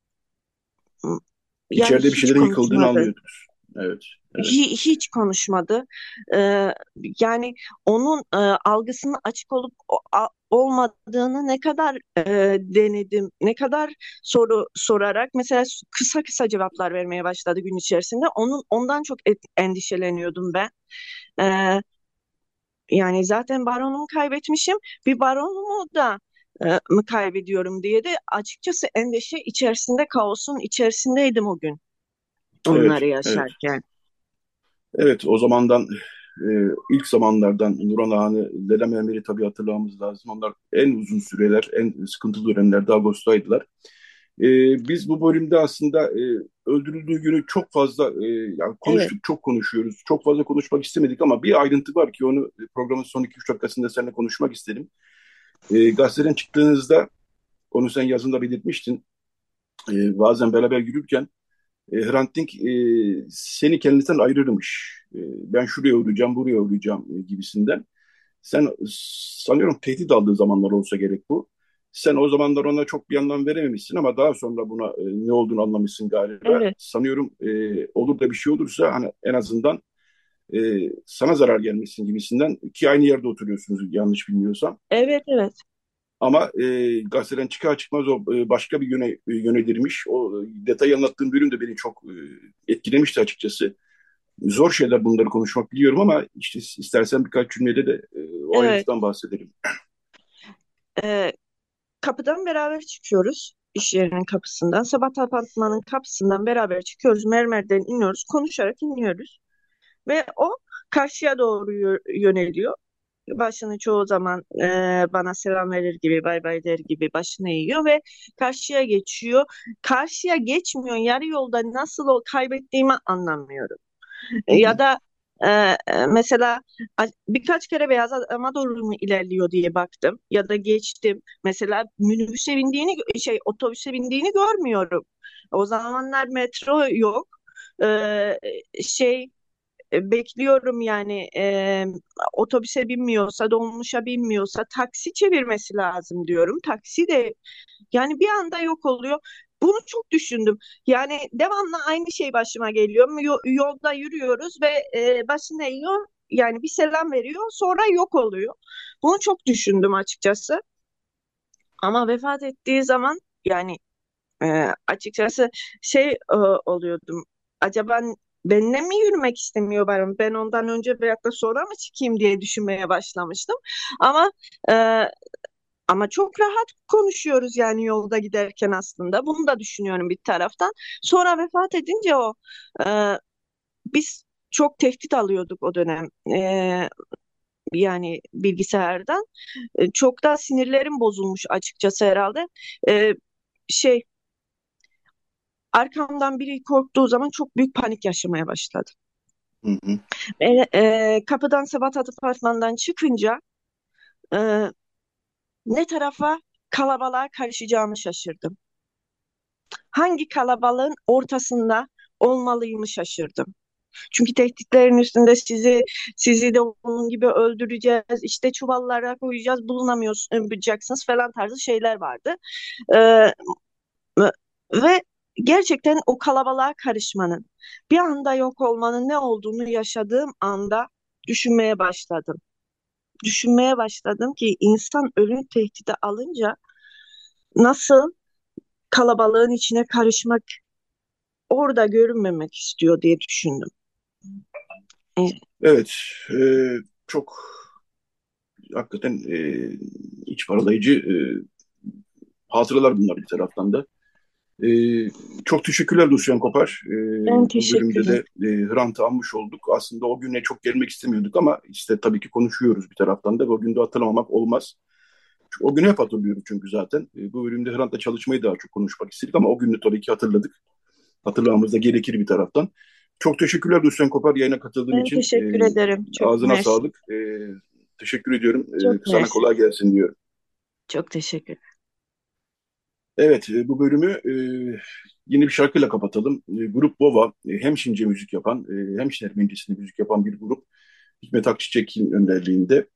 yani İçeride bir hiç şeylerin yıkıldığını konuşmadı. anlıyordunuz. Evet, evet. Hiç konuşmadı. Ee, Yani onun algısının açık olup olmadığını ne kadar denedim, ne kadar soru sorarak mesela kısa kısa cevaplar vermeye başladı gün içerisinde. Ondan çok endişeleniyordum ben. Ee, Yani zaten baronumu kaybetmişim, bir baronumu da mı kaybediyorum diye de açıkçası endişe içerisinde, kaosun içerisindeydim o gün Evet, onları evet. yaşarken. Evet, o zamandan e, ilk zamanlardan Nuran Ağa'nı, Leyla Emre'yi tabii hatırlamamız lazım. Onlar en uzun süreler, en sıkıntılı dönemlerde Ağustos'taydılar. E, Biz bu bölümde aslında öldürüldüğü günü çok fazla yani Evet, konuştuk, çok konuşuyoruz. Çok fazla konuşmak istemedik ama bir ayrıntı var ki onu programın son 2-3 dakikasında seninle konuşmak istedim. Gazeteden çıktığınızda, onu sen yazında belirtmiştin. Bazen beraber yürürken Hrant Dink seni kendinden ayırırmış. Ben şuraya uğrayacağım, buraya uğrayacağım gibisinden. Sen sanıyorum tehdit aldığı zamanlar olsa gerek bu. Sen o zamanlar ona çok bir anlam verememişsin ama daha sonra buna ne olduğunu anlamışsın galiba. evet, Sanıyorum olur da bir şey olursa hani en azından sana zarar gelmesin gibisinden, ki aynı yerde oturuyorsunuz yanlış bilmiyorsam. evet, evet. Ama gazeteden çıkar çıkmaz o başka bir yönelirmiş. O detayı anlattığım bölüm de beni çok etkilemişti açıkçası. Zor şeyler bunları konuşmak biliyorum ama işte istersen birkaç cümlede de o Evet. ayrıntıdan bahsedelim. Ee, Kapıdan beraber çıkıyoruz. İş yerinin kapısından. Sabah apartmanın kapısından beraber çıkıyoruz. Mermerden iniyoruz. Konuşarak iniyoruz. Ve o karşıya doğru yöneliyor. Başını çoğu zaman bana selam verir gibi, bay bay der gibi başını eğiyor ve karşıya geçiyor. Karşıya geçmiyor. Yarı yolda nasıl o kaybettiğimi anlamıyorum. Hı Ya hı, da mesela birkaç kere beyaz adama doğru mu ilerliyor diye baktım ya da geçtim. Mesela minibüse bindiğini otobüse bindiğini görmüyorum. O zamanlar metro yok. E, şey Bekliyorum yani otobüse binmiyorsa, dolmuşa binmiyorsa taksi çevirmesi lazım diyorum. Taksi de yani bir anda yok oluyor. Bunu çok düşündüm. Yani devamlı aynı şey başıma geliyor. Yolda yürüyoruz ve başına eğiyor. Yani bir selam veriyor, sonra yok oluyor. Bunu çok düşündüm açıkçası. Ama vefat ettiği zaman yani açıkçası oluyordum. Acaba benimle mi yürümek istemiyor bana? Ben ondan önce veyahut da sonra mı çıkayım diye düşünmeye başlamıştım. Ama e, ama çok rahat konuşuyoruz yani yolda giderken aslında. Bunu da düşünüyorum bir taraftan. Sonra vefat edince e, biz çok tehdit alıyorduk o dönem. Yani bilgisayardan. Çok da sinirlerim bozulmuş açıkçası herhalde. E, şey Arkamdan biri korktuğu zaman çok büyük panik yaşamaya başladım. hı hı. Kapıdan Sabahat Apartmanı'ndan çıkınca e, ne tarafa kalabalığa karışacağımı şaşırdım. Hangi kalabalığın ortasında olmalıyımı şaşırdım. Çünkü tehditlerin üstünde sizi de onun gibi öldüreceğiz, işte çuvallara koyacağız, bulunamayacaksınız falan tarzı şeyler vardı. E, Ve gerçekten o kalabalığa karışmanın, bir anda yok olmanın ne olduğunu yaşadığım anda düşünmeye başladım. Düşünmeye başladım ki insan ölüm tehdidi alınca nasıl kalabalığın içine karışmak, orada görünmemek istiyor diye düşündüm. E, Evet, çok hakikaten iç paralayıcı hatıralar bunlar bir taraftan da. Çok teşekkürler Lucian Kopar. Ben Bu teşekkür bölümde de ederim. Hrant'ı anmış olduk. Aslında o güne çok gelmek istemiyorduk ama işte tabii ki konuşuyoruz bir taraftan da. O günde hatırlamamak olmaz. O günü hep hatırlıyoruz çünkü zaten. Bu bölümde Hrant'la çalışmayı daha çok konuşmak istedik ama o günü tabii ki hatırladık. Hatırlamamız da gerekir bir taraftan. Çok teşekkürler Lucian Kopar yayına katıldığın Ben için. teşekkür ederim. Çok Ağzına mersi. sağlık. Teşekkür ediyorum. Çok Sana mersi. kolay gelsin diyorum. Çok teşekkür. Evet, bu bölümü yeni bir şarkıyla kapatalım. Grup Bova, hem Şince müzik yapan, hem Ermenicesine müzik yapan bir grup. Hikmet Akçiçek'in önderliğinde.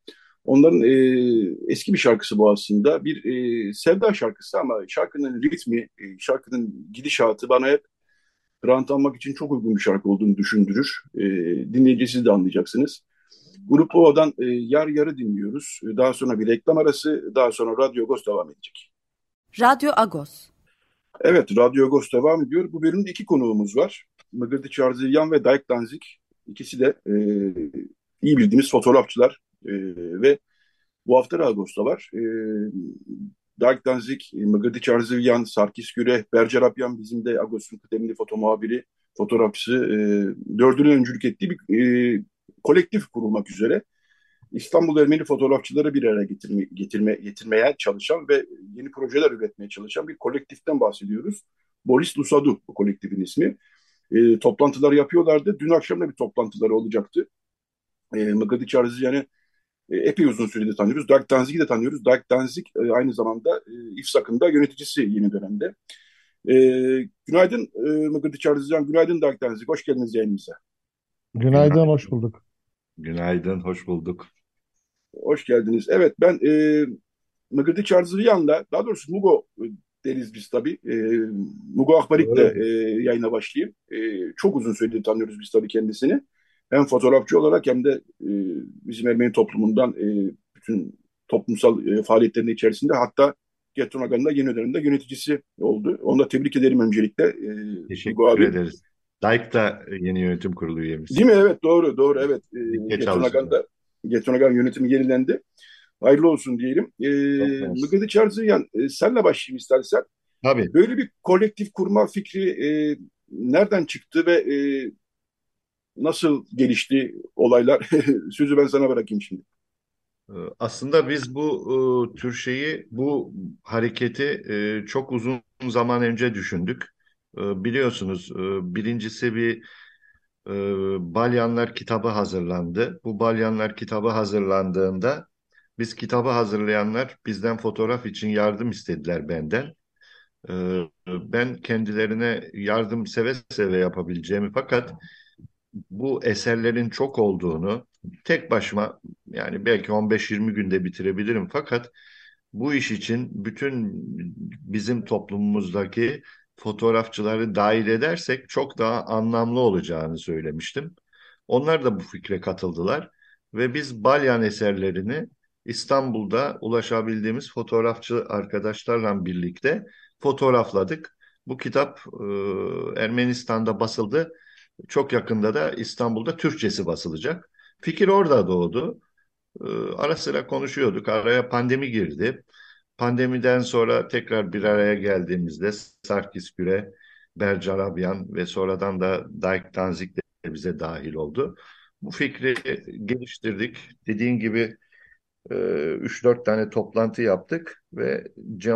Onların eski bir şarkısı bu aslında. Bir sevda şarkısı ama şarkının ritmi, şarkının gidişatı bana hep Hrant almak için çok uygun bir şarkı olduğunu düşündürür. Dinleyince siz de anlayacaksınız. Grup Ova'dan Yar Yarı dinliyoruz. Daha sonra bir reklam arası, daha sonra Radyo Agos devam edecek. Radyo Agos. Evet, Radyo Agos devam ediyor. Bu bölümde iki konuğumuz var. Mıgırdı Çarzilyan ve Dayk Danzik. İkisi de iyi bildiğimiz fotoğrafçılar ve bu hafta da Ağustos'ta var. Dark Danzig, Mıgırdı Çarzivyan, Sarkis Güreh, Bercer Apyan bizim de Ağustos'un kıdemli foto muhabiri, fotoğrafçısı. Dördünün öncülük ettiği bir kolektif kurulmak üzere. İstanbul Ermeni fotoğrafçıları bir araya getirmeye çalışan ve yeni projeler üretmeye çalışan bir kolektiften bahsediyoruz. Boris Lusadu bu kolektifin ismi. Toplantılar yapıyorlardı. Dün akşam da bir toplantıları olacaktı. Mıgırdı Çarzivyan'ı epey uzun süredir tanıyoruz. Dark Danzig'i de tanıyoruz. Dark Danzig aynı zamanda İFSAK'ın da yöneticisi yeni dönemde. Günaydın Mıgırdı Çarzıcan, günaydın Dark Danzig. Hoş geldiniz yayınımıza. Günaydın, hoş Günaydın. bulduk. Günaydın, hoş bulduk. Hoş geldiniz. Evet ben Mıgırdı Çarzıcan'la, daha doğrusu Mugo deriz biz tabii. Mugo Akbarik'le Öyle mi? yayına başlayayım. Çok uzun süredir tanıyoruz biz tabii kendisini. Hem fotoğrafçı olarak hem de bizim Ermeni toplumundan bütün toplumsal faaliyetlerinin içerisinde hatta Getton Agan'ın da yeni dönemde yöneticisi oldu. Onu da tebrik ederim öncelikle Mugo Teşekkür abi. ederiz. DAIK da yeni yönetim kurulu Değil üyemiz. mi? Evet doğru doğru evet. Birlikte Getton çalışıyorlar. Agan'da Getton Agan yönetimi yenilendi. Hayırlı olsun diyelim. Çok mersi. Mıgıdı Çarzıyan senle başlayayım istersen. Tabii. Böyle bir kolektif kurma fikri nereden çıktı ve nasıl gelişti olaylar? Sözü ben sana bırakayım şimdi. Aslında biz bu tür şeyi, bu hareketi çok uzun zaman önce düşündük. Biliyorsunuz, birincisi bir e, Balyanlar kitabı hazırlandı. Bu Balyanlar kitabı hazırlandığında biz kitabı hazırlayanlar bizden fotoğraf için yardım istediler benden. Ben kendilerine yardım seve seve yapabileceğimi fakat bu eserlerin çok olduğunu tek başıma yani belki 15-20 günde bitirebilirim fakat bu iş için bütün bizim toplumumuzdaki fotoğrafçıları dahil edersek çok daha anlamlı olacağını söylemiştim. Onlar da bu fikre katıldılar ve biz Balyan eserlerini İstanbul'da ulaşabildiğimiz fotoğrafçı arkadaşlarla birlikte fotoğrafladık. Bu kitap Ermenistan'da basıldı. Çok yakında da İstanbul'da Türkçesi basılacak. Fikir orada doğdu. Ara sıra konuşuyorduk. Araya pandemi girdi. Pandemiden sonra tekrar bir araya geldiğimizde Sarkis Güre, Bercar Abyan ve sonradan da Dayk Danzik de bize dahil oldu. Bu fikri geliştirdik. Dediğin gibi 3-4 tane toplantı yaptık ve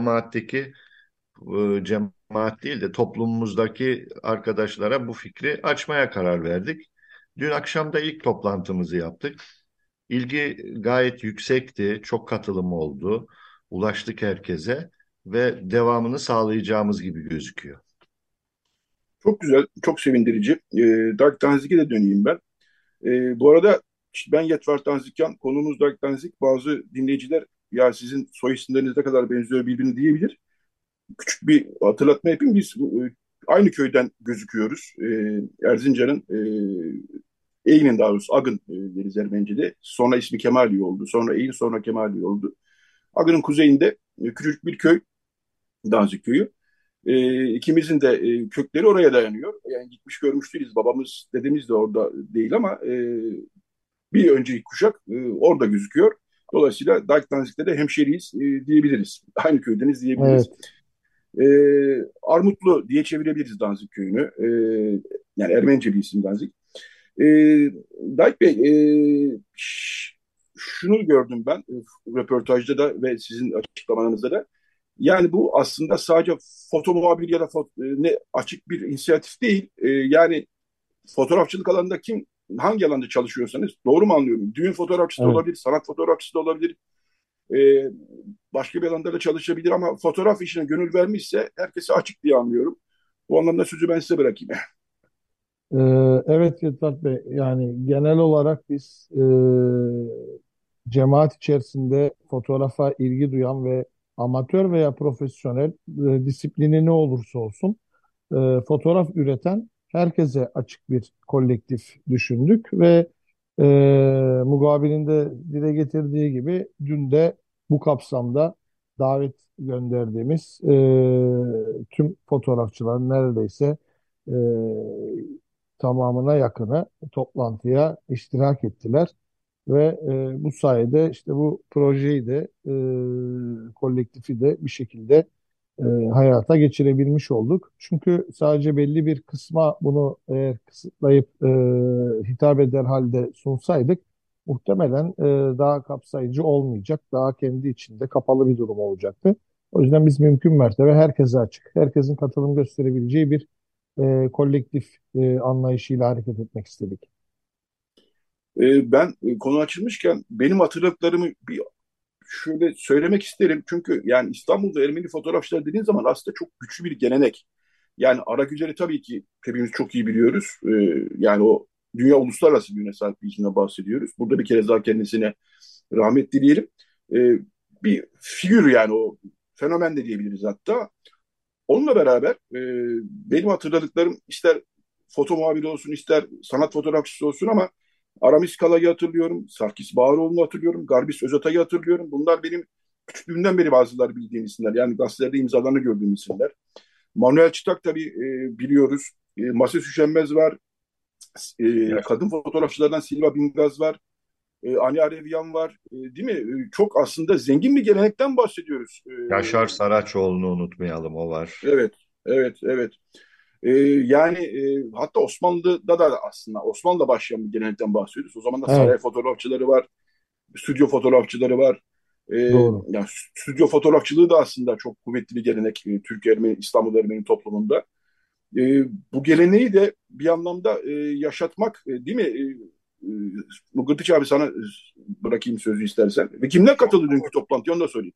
cemaat değil de toplumumuzdaki arkadaşlara bu fikri açmaya karar verdik. Dün akşam da ilk toplantımızı yaptık. İlgi gayet yüksekti, çok katılım oldu, ulaştık herkese ve devamını sağlayacağımız gibi gözüküyor. Çok güzel, çok sevindirici. Dark Danzig'e de döneyim ben. Bu arada işte ben Yetvar Tanzikyan, konuğumuz Dark Danzig. Bazı dinleyiciler ya sizin soy isimleriniz ne kadar benziyor birbirine diyebilir. Küçük bir hatırlatma yapayım. Biz aynı köyden gözüküyoruz. Erzincan'ın Eğin'in daha doğrusu Agın deriz Ermenice'de. Sonra ismi Kemali oldu. Sonra Eğin sonra Kemali oldu. Agın'ın kuzeyinde küçük bir köy. Danzik köyü. İkimizin de kökleri oraya dayanıyor. Yani gitmiş görmüş değiliz. Babamız, dedemiz de orada değil ama bir önceki kuşak orada gözüküyor. Dolayısıyla Dark Danzig'de de hemşeriyiz diyebiliriz. Aynı köydeniz diyebiliriz. Evet, Armutlu diye çevirebiliriz Danzig köyünü. Yani Ermenice bir isim Danzig. E, Dayk Bey, şunu gördüm ben röportajda da ve sizin açıklamalarınızda da. Yani bu aslında sadece foto muhabir ya da ne açık bir inisiyatif değil. Yani fotoğrafçılık alanında hangi alanda çalışıyorsanız doğru mu anlıyorum? Düğün fotoğrafçısı da evet. olabilir, sanat fotoğrafçısı da olabilir. E, Başka bir alanda da çalışabilir ama fotoğraf işine gönül vermişse herkese açık diye anlıyorum. Bu anlamda sözü ben size bırakayım. Evet Yetvat Bey, yani genel olarak biz cemaat içerisinde fotoğrafa ilgi duyan ve amatör veya profesyonel disiplini ne olursa olsun fotoğraf üreten herkese açık bir kolektif düşündük ve e, Mugabe'nin de dile getirdiği gibi dün de bu kapsamda davet gönderdiğimiz tüm fotoğrafçıların neredeyse e, tamamına yakını toplantıya iştirak ettiler. Ve bu sayede işte bu projeyi de kolektifi de bir şekilde hayata geçirebilmiş olduk. Çünkü sadece belli bir kısma bunu eğer kısıtlayıp hitap eder halde sunsaydık muhtemelen daha kapsayıcı olmayacak, daha kendi içinde kapalı bir durum olacaktı. O yüzden biz mümkün mertebe herkese açık, herkesin katılım gösterebileceği bir kolektif anlayışıyla hareket etmek istedik. Ben konu açılmışken benim hatırladıklarımı bir şöyle söylemek isterim. Çünkü yani İstanbul'da Ermeni fotoğrafçılar dediğin zaman aslında çok güçlü bir gelenek. Yani Aragüler'i tabii ki hepimiz çok iyi biliyoruz. Yani o dünya uluslararası bir sahip bir isimden bahsediyoruz. Burada bir kere daha kendisine rahmet dileyelim. Ee, Bir figür yani o fenomen de diyebiliriz hatta. Onunla beraber benim hatırladıklarım ister foto muhabiri olsun ister sanat fotoğrafçısı olsun ama Aramis Kala'yı hatırlıyorum, Sarkis Bağıroğlu'nu hatırlıyorum, Garbis Özatay'ı hatırlıyorum. Bunlar benim küçüklüğümden beri bazıları bildiğim isimler. Yani gazetelerde imzalarını gördüğüm isimler. Manuel Çıtak tabii biliyoruz. Mases Üşenmez var. Kadın fotoğrafçılardan Silva Bingaz var. Ani Arevyan var. Değil mi? Çok aslında zengin bir gelenekten bahsediyoruz. Yaşar Saraçoğlu'nu unutmayalım, o var. Evet, evet, evet. Yani hatta Osmanlı'da da aslında Osmanlı'da başlayan bir gelenekten bahsediyoruz. O zaman da Evet, saray fotoğrafçıları var, stüdyo fotoğrafçıları var. doğru. Yani stüdyo fotoğrafçılığı da aslında çok kuvvetli bir gelenek Türk Ermeni, İstanbul Ermeni toplumunda. Bu geleneği de bir anlamda yaşatmak değil mi? Mugırtıç abi sana bırakayım sözü istersen. Ve kimler katıldı dünkü toplantıya onu da söyleyeyim.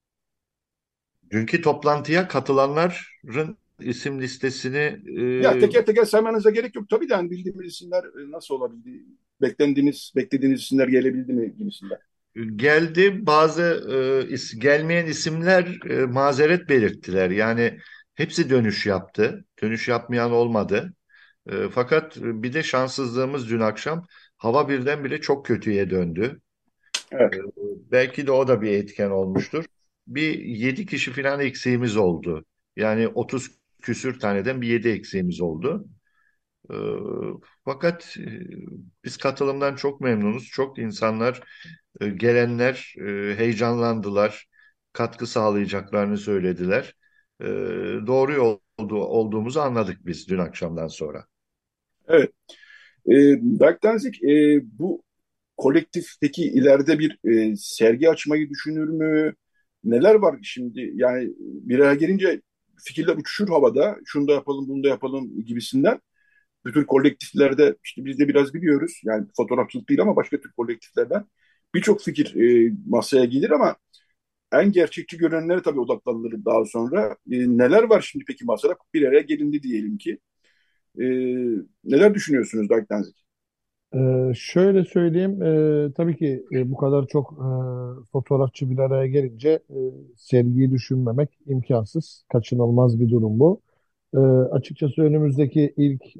Dünkü toplantıya katılanların isim listesini Ya teker teker saymanıza gerek yok. Tabii de hani bildiğimiz isimler nasıl olabildi? Beklediğiniz isimler gelebildi mi gibisinden. geldi. Bazı gelmeyen isimler mazeret belirttiler. Yani hepsi dönüş yaptı. Dönüş yapmayan olmadı. Fakat bir de şanssızlığımız, dün akşam hava birdenbire çok kötüye döndü. Evet. E, Belki de o da bir etken olmuştur. Bir 7 kişi falan eksiğimiz oldu. Yani 30 küsür taneden bir 7 eksiğimiz oldu. E, Fakat biz katılımdan çok memnunuz. Çok insanlar, gelenler heyecanlandılar. Katkı sağlayacaklarını söylediler. E, Doğru olduğumuzu anladık biz dün akşamdan sonra. Evet. Berk Danzig, bu kolektifteki ileride bir sergi açmayı düşünür mü? Neler var şimdi? Yani bir araya gelince fikirler uçuşur havada. Şunu da yapalım, bunu da yapalım gibisinden. Bu tür kolektiflerde işte biz de biraz biliyoruz. Yani fotoğrafçılık değil ama başka tür kolektiflerden birçok fikir masaya gelir ama en gerçekçi görünenlere tabii odaklanılır daha sonra. Neler var şimdi peki masada? Bir araya gelindi diyelim ki. E, Neler düşünüyorsunuz Berk Danzig? Şöyle söyleyeyim, tabii ki bu kadar çok fotoğrafçı bir araya gelince sergiyi düşünmemek imkansız, kaçınılmaz bir durum bu. Açıkçası önümüzdeki ilk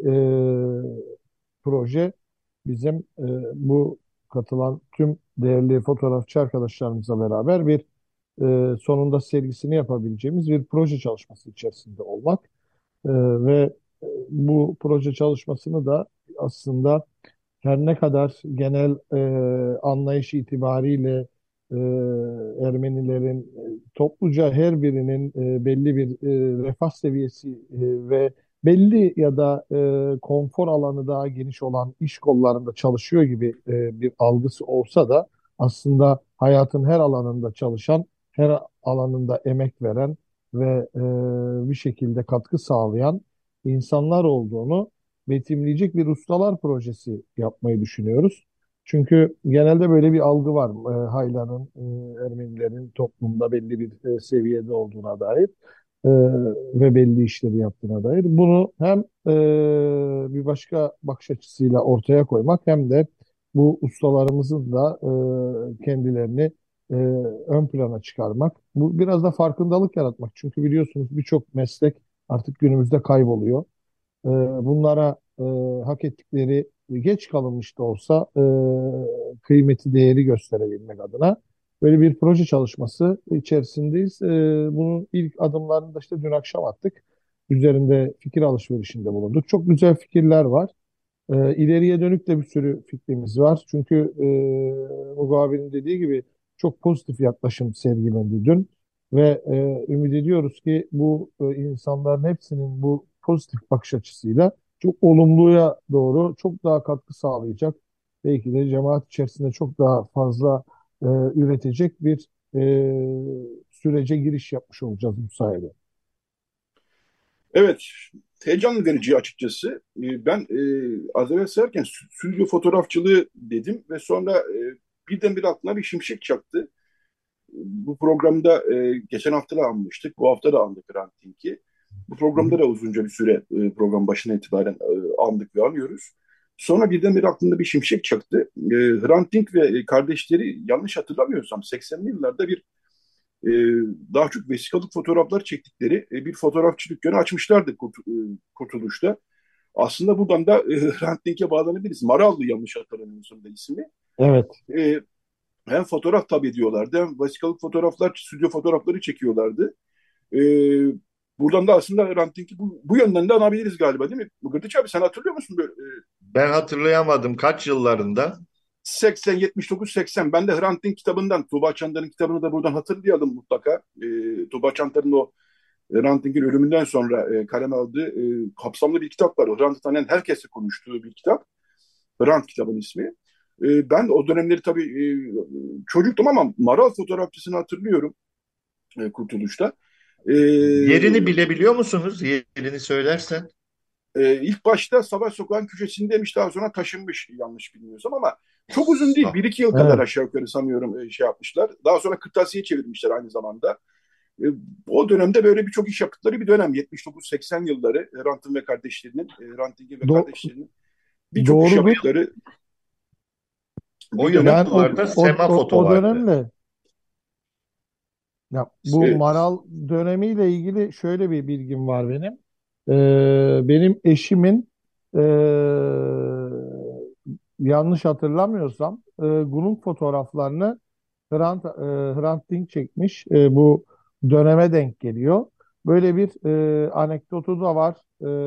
proje bizim bu katılan tüm değerli fotoğrafçı arkadaşlarımızla beraber bir sonunda sergisini yapabileceğimiz bir proje çalışması içerisinde olmak. Ve bu proje çalışmasını da aslında her ne kadar genel anlayış itibariyle e, Ermenilerin topluca her birinin belli bir refah seviyesi ve belli ya da konfor alanı daha geniş olan iş kollarında çalışıyor gibi bir algısı olsa da aslında hayatın her alanında çalışan, her alanında emek veren ve bir şekilde katkı sağlayan insanlar olduğunu betimleyecek bir ustalar projesi yapmayı düşünüyoruz. Çünkü genelde böyle bir algı var. Hayla'nın, Ermenilerin toplumda belli bir seviyede olduğuna dair e, ve belli işleri yaptığına dair. Bunu hem bir başka bakış açısıyla ortaya koymak hem de bu ustalarımızın da kendilerini e, ön plana çıkarmak. Bu biraz da farkındalık yaratmak. Çünkü biliyorsunuz birçok meslek artık günümüzde kayboluyor. Bunlara hak ettikleri geç kalınmış da olsa kıymeti, değeri gösterebilmek adına böyle bir proje çalışması içerisindeyiz. Bunun ilk adımlarını da işte dün akşam attık. Üzerinde fikir alışverişinde bulunduk. Çok güzel fikirler var. İleriye dönük de bir sürü fikrimiz var. Çünkü Mugo abinin dediği gibi çok pozitif yaklaşım sergilendi dün. Ve ümit ediyoruz ki bu insanların hepsinin bu pozitif bakış açısıyla çok olumluya doğru çok daha katkı sağlayacak. Belki de cemaat içerisinde çok daha fazla üretecek bir sürece giriş yapmış olacağız bu sayede. Evet, heyecan verici açıkçası. Ben az evvel sayarken stüdyo fotoğrafçılığı dedim ve sonra birdenbire aklıma bir şimşek çaktı. Bu programda geçen hafta da anmıştık, bu hafta da andık Ranting'i. Bu programda da uzunca bir süre program başına itibaren andık ve anıyoruz. Sonra birdenbire aklımda bir şimşek çaktı. Hrant Dink ve kardeşleri yanlış hatırlamıyorsam 80'li yıllarda e, daha çok vesikalık fotoğraflar çektikleri bir fotoğrafçı dükkanı açmışlardı Kurtuluş'ta. Aslında buradan da Hrant Dink'e bağlanabiliriz. Marallı yanlış hatırlamıyorsam da ismi. Evet. E, Hem fotoğraf tabii ediyorlardı hem vesikalık fotoğraflar, stüdyo fotoğrafları çekiyorlardı. E, Buradan da aslında Hrant Dink'i bu yönden de anabiliriz galiba değil mi? Gırdıç abi sen hatırlıyor musun böyle? Ben hatırlayamadım kaç yıllarında. 80, 79, 80. Ben de Hrant Dink kitabından, Tuğba Çandar'ın kitabını da buradan hatırlayalım mutlaka. Tuğba Çandar'ın o Hrant Dink'in ölümünden sonra kaleme aldığı kapsamlı bir kitap var. Hrant'ı tanıyan herkesle konuştuğu bir kitap. Hrant kitabın ismi. Ben o dönemleri tabii çocuktum ama Maral fotoğrafçısını hatırlıyorum Kurtuluş'ta. E, Yerini bilebiliyor musunuz? Yerini söylersen. ilk başta Savaş Sokağı'nın köşesindeymiş, daha sonra taşınmış yanlış bilmiyorsam ama çok uzun değil. Bir iki yıl kadar Evet. aşağı yukarı sanıyorum şey yapmışlar. Daha sonra kırtasiye çevirmişler aynı zamanda. E, O dönemde böyle birçok iş yaptıkları bir dönem. 79-80 yılları Hrant'ın ve kardeşlerinin, Hrant Dink'in ve Do- kardeşlerinin birçok iş doğrudur. yaptıkları O bir dönem. Yani yıllarda Sema Foto o vardı. dönemle ya bu E, Maral dönemiyle ilgili şöyle bir bilgim var benim. Benim eşimin ee, yanlış hatırlamıyorsam bunun fotoğraflarını Hrant Dink çekmiş. Bu döneme denk geliyor. Böyle bir anekdotu da var.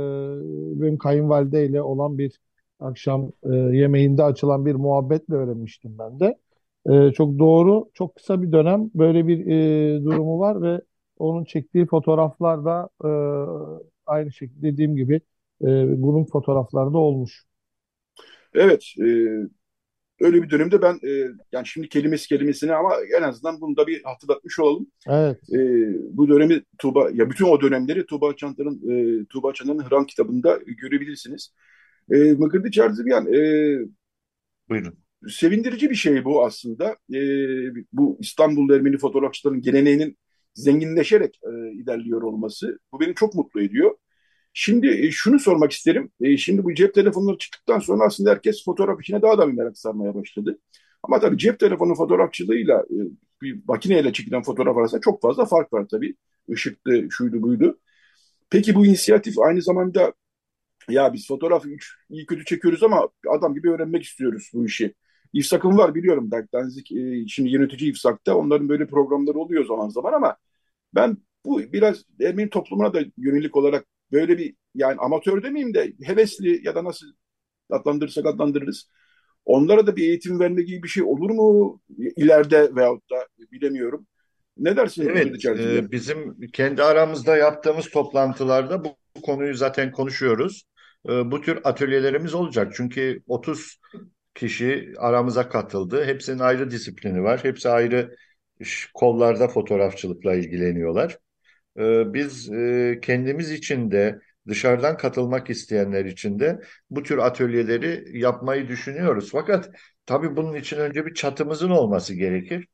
Benim kayınvalideyle olan bir akşam yemeğinde açılan bir muhabbetle öğrenmiştim ben de. Çok doğru, çok kısa bir dönem böyle bir durumu var ve onun çektiği fotoğraflar da aynı şekilde dediğim gibi bunun fotoğrafları da olmuş. evet, öyle bir dönemde ben yani şimdi kelimesine ama en azından bunu da bir hatırlatmış olalım. Evet, Bu dönemi ya bütün o dönemleri Tuğba Çandar'ın Hrant kitabında görebilirsiniz. Mıkırdı Çarzıbiyan, Buyurun. sevindirici bir şey bu aslında. Bu İstanbul Ermeni fotoğrafçıların geleneğinin zenginleşerek ilerliyor olması. Bu beni çok mutlu ediyor. Şimdi şunu sormak isterim. Şimdi bu cep telefonları çıktıktan sonra aslında herkes fotoğraf işine daha da bir merak sarmaya başladı. Ama tabii cep telefonu fotoğrafçılığıyla bir makineyle çekilen fotoğraf arasında çok fazla fark var tabii. Işıktı, şuydu, buydu. Peki bu inisiyatif aynı zamanda ya biz fotoğrafı iyi kötü çekiyoruz ama adam gibi öğrenmek istiyoruz bu işi. İFSAK'ın var biliyorum. Danzik, şimdi yönetici İFSAK'ta onların böyle programları oluyor zaman zaman ama ben bu biraz Ermeni toplumuna da yönelik olarak böyle bir yani amatör demeyeyim de hevesli ya da nasıl adlandırırsak adlandırırız. Onlara da bir eğitim verme gibi bir şey olur mu ileride veyahut da bilemiyorum. Ne dersin Evet, Gırdı Çerçeve? bizim kendi aramızda yaptığımız toplantılarda bu konuyu zaten konuşuyoruz. Bu tür atölyelerimiz olacak. Çünkü 30 kişi aramıza katıldı. Hepsinin ayrı disiplini var. Hepsi ayrı kollarda fotoğrafçılıkla ilgileniyorlar. Biz kendimiz için de dışarıdan katılmak isteyenler için de bu tür atölyeleri yapmayı düşünüyoruz. Fakat tabii bunun için önce bir çatımızın olması gerekir.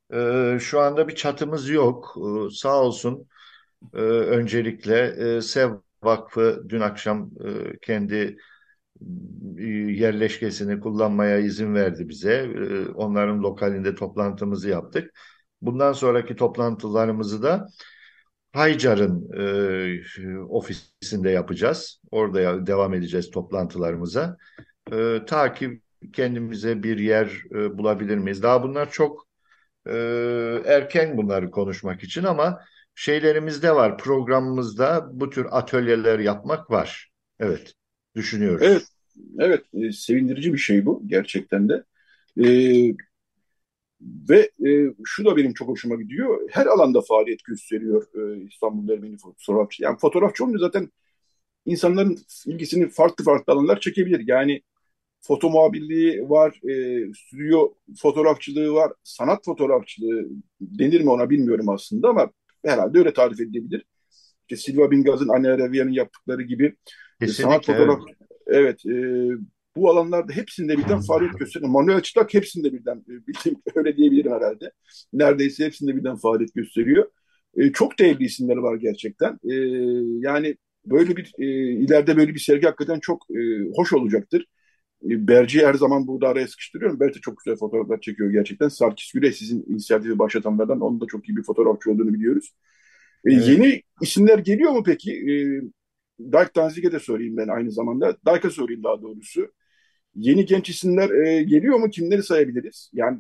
Şu anda bir çatımız yok. Sağ olsun öncelikle Sev Vakfı dün akşam kendi yerleşkesini kullanmaya izin verdi bize. Onların lokalinde toplantımızı yaptık. Bundan sonraki toplantılarımızı da Haycar'ın ofisinde yapacağız. Orada devam edeceğiz toplantılarımıza. Ta ki kendimize bir yer bulabilir miyiz? Daha bunlar çok erken bunları konuşmak için ama şeylerimiz de var. Programımızda bu tür atölyeler yapmak var. Evet, Evet, düşünüyoruz. evet, sevindirici bir şey bu gerçekten de. E, ve şu da benim çok hoşuma gidiyor. Her alanda faaliyet gösteriyor İstanbul Ermeni fotoğrafçı. Yani fotoğrafçı olunca zaten insanların ilgisini farklı farklı alanlar çekebilir. Yani foto muhabirliği var, stüdyo fotoğrafçılığı var, sanat fotoğrafçılığı denir mi ona bilmiyorum aslında ama herhalde öyle tarif edilebilir. İşte Silva Bingaz'ın, Anne Aravia'nın yaptıkları gibi sanat Kesinlikle fotoğraf, evet. evet, bu alanlarda hepsinde birden faaliyet gösteriyor. Manuel Çıtlak hepsinde birden, öyle diyebilirim herhalde. Neredeyse hepsinde birden faaliyet gösteriyor. Çok değerli isimleri var gerçekten. Yani böyle bir ileride böyle bir sergi hakikaten çok hoş olacaktır. Berci'yi her zaman burada araya sıkıştırıyorum. Berci çok güzel fotoğraflar çekiyor gerçekten. Sarkis Güle sizin inisiyatifi başlatanlardan. Onun da çok iyi bir fotoğrafçı olduğunu biliyoruz. Evet. Yeni isimler geliyor mu peki? Dark Danzig'e de sorayım ben aynı zamanda. Dark'a sorayım daha doğrusu. Yeni genç isimler geliyor mu? Kimleri sayabiliriz? Yani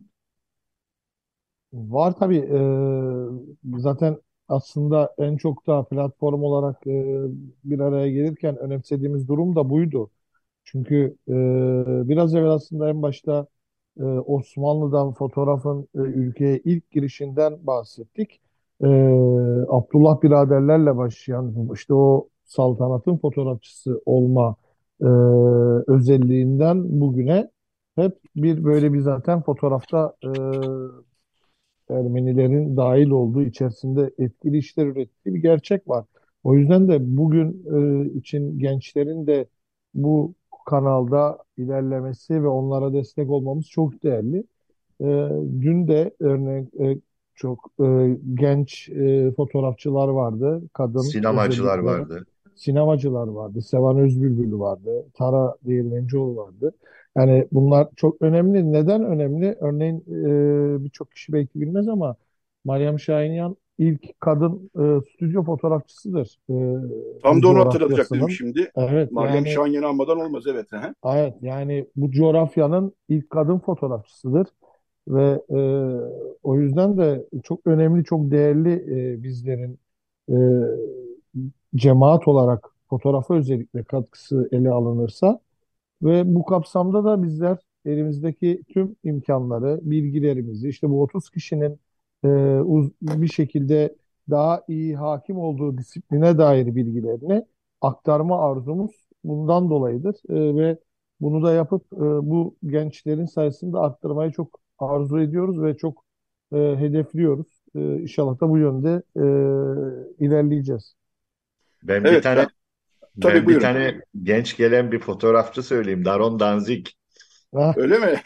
Var tabii. Zaten aslında en çok da platform olarak bir araya gelirken önemsediğimiz durum da buydu. Çünkü biraz evvel aslında en başta Osmanlı'dan fotoğrafın ülkeye ilk girişinden bahsettik. E, Abdullah biraderlerle başlayan işte o saltanatın fotoğrafçısı olma e, özelliğinden bugüne hep bir böyle bir zaten fotoğrafta Ermenilerin dahil olduğu, içerisinde etkili işler ürettiği bir gerçek var. O yüzden de bugün için gençlerin de bu kanalda ilerlemesi ve onlara destek olmamız çok değerli. E, Dün de örneğin çok genç fotoğrafçılar vardı, kadın Sinemacılar özellikle. vardı. Sinemacılar vardı, Sevan Özbülbül vardı, Tara Değirmencioğlu vardı. Yani bunlar çok önemli. Neden önemli? Örneğin birçok kişi belki bilmez ama Meryem Şahinyan ilk kadın stüdyo fotoğrafçısıdır tam bu da onu hatırlatacaktım coğrafyasının. şimdi. Evet Meryem yani Şahinyan'ı anmadan olmaz. Evet. Hı hı. evet yani bu coğrafyanın ilk kadın fotoğrafçısıdır ve o yüzden de çok önemli, çok değerli bizlerin e, cemaat olarak fotoğrafa özellikle katkısı ele alınırsa ve bu kapsamda da bizler elimizdeki tüm imkanları, bilgilerimizi, işte bu 30 kişinin e, bir şekilde daha iyi hakim olduğu disipline dair bilgilerini aktarma arzumuz bundan dolayıdır. Ve bunu da yapıp bu gençlerin sayısını da arttırmayı çok arzu ediyoruz ve çok hedefliyoruz. İnşallah da bu yönde ilerleyeceğiz. Ben bir Evet, tane tabii ben bir buyurun. tane genç gelen bir fotoğrafçı söyleyeyim. Daron Danzig. Öyle mi?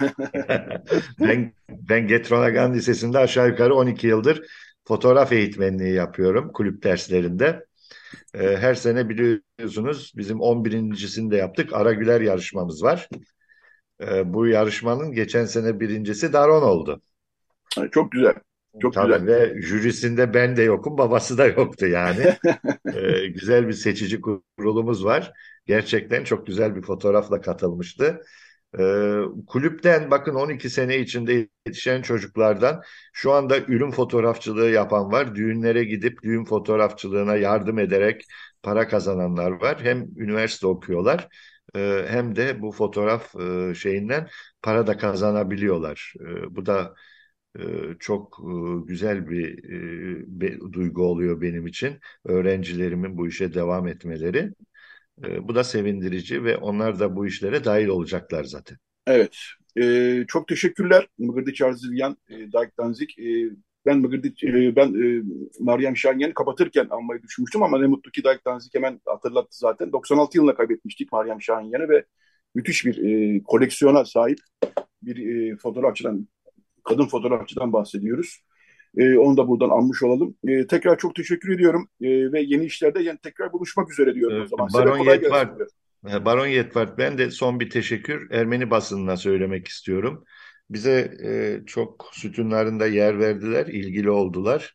Ben Getronagan Lisesi'nde aşağı yukarı 12 yıldır fotoğraf eğitmenliği yapıyorum kulüp derslerinde. Her sene biliyorsunuz bizim 11.sini de yaptık. Ara Güler yarışmamız var. Bu yarışmanın geçen sene birincisi Daron oldu. Çok güzel. Çok güzel. Tabii ve jürisinde ben de yokum, babası da yoktu yani. Güzel bir seçici kurulumuz var. Gerçekten çok güzel bir fotoğrafla katılmıştı. Kulüpten bakın 12 sene içinde yetişen çocuklardan şu anda ürün fotoğrafçılığı yapan var. Düğünlere gidip düğün fotoğrafçılığına yardım ederek para kazananlar var. Hem üniversite okuyorlar hem de bu fotoğraf şeyinden para da kazanabiliyorlar. Bu da çok güzel bir duygu oluyor benim için. Öğrencilerimin bu işe devam etmeleri. Bu da sevindirici ve onlar da bu işlere dahil olacaklar zaten. Evet. Çok teşekkürler Mıgırdiç Arzilyan, Dark Danzik. Ben Meryem Şahinyan'ı kapatırken anmayı düşünmüştüm ama ne mutlu ki Dark Danzik hemen hatırlattı zaten. 96 yılında kaybetmiştik Meryem Şahinyan'ı ve müthiş bir koleksiyona sahip bir fotoğrafçıdan, kadın fotoğrafçıdan bahsediyoruz. Onu da buradan anmış olalım. Tekrar çok teşekkür ediyorum ve yeni işlerde yani tekrar buluşmak üzere diyorum o zaman. Size de kolay Baronyet gelsin var. diyorum. Baron Yetvart, ben de son bir teşekkür Ermeni basınına söylemek istiyorum. Bize çok sütunlarında yer verdiler, ilgili oldular.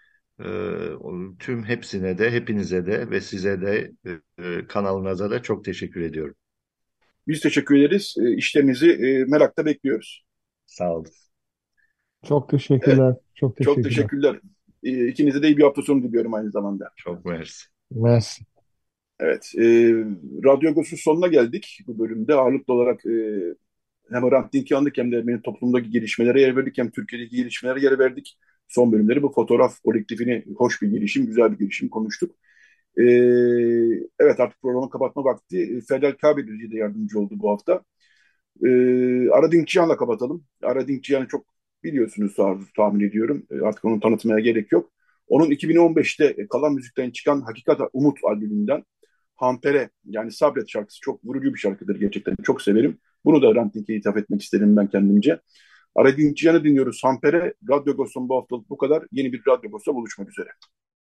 Tüm hepsine de, hepinize de ve size de kanalınıza da çok teşekkür ediyorum. Biz teşekkür ederiz. İşlerinizi merakla bekliyoruz. Sağ olun. Çok Evet, teşekkürler. Çok çok teşekkürler. teşekkürler. İkinize de iyi bir hafta sonu diliyorum aynı zamanda. Çok mersi. Mersi. Evet, Radyo Agos'un sonuna geldik bu bölümde. Ağırlıklı olarak hem Hrant Dink'i andık hem de Ermeni toplumundaki gelişmelere yer verdik. Hem Türkiye'deki gelişmelere yer verdik. Son bölümleri bu fotoğraf kolektifini hoş bir girişim, güzel bir girişim konuştuk. Ee, evet artık programı kapatma vakti. Ferdal Kabe'de de yardımcı oldu bu hafta. Ara Dinkçiyan'la kapatalım. Ara Dinkçiyan'ı çok biliyorsunuz tahmin ediyorum. Artık onu tanıtmaya gerek yok. Onun 2015'te Kalan Müzik'ten çıkan Hakikat Umut albümünden Hampere yani Sabret şarkısı çok vurucu bir şarkıdır gerçekten. Çok severim. Bunu da Hrant Dink'e ithaf etmek isterim ben kendimce. Ara Dinkçiyan'ı dinliyoruz. Hampere, Radyo Agos'un bu haftalık bu kadar. Yeni bir Radyo Agos'ta buluşmak üzere.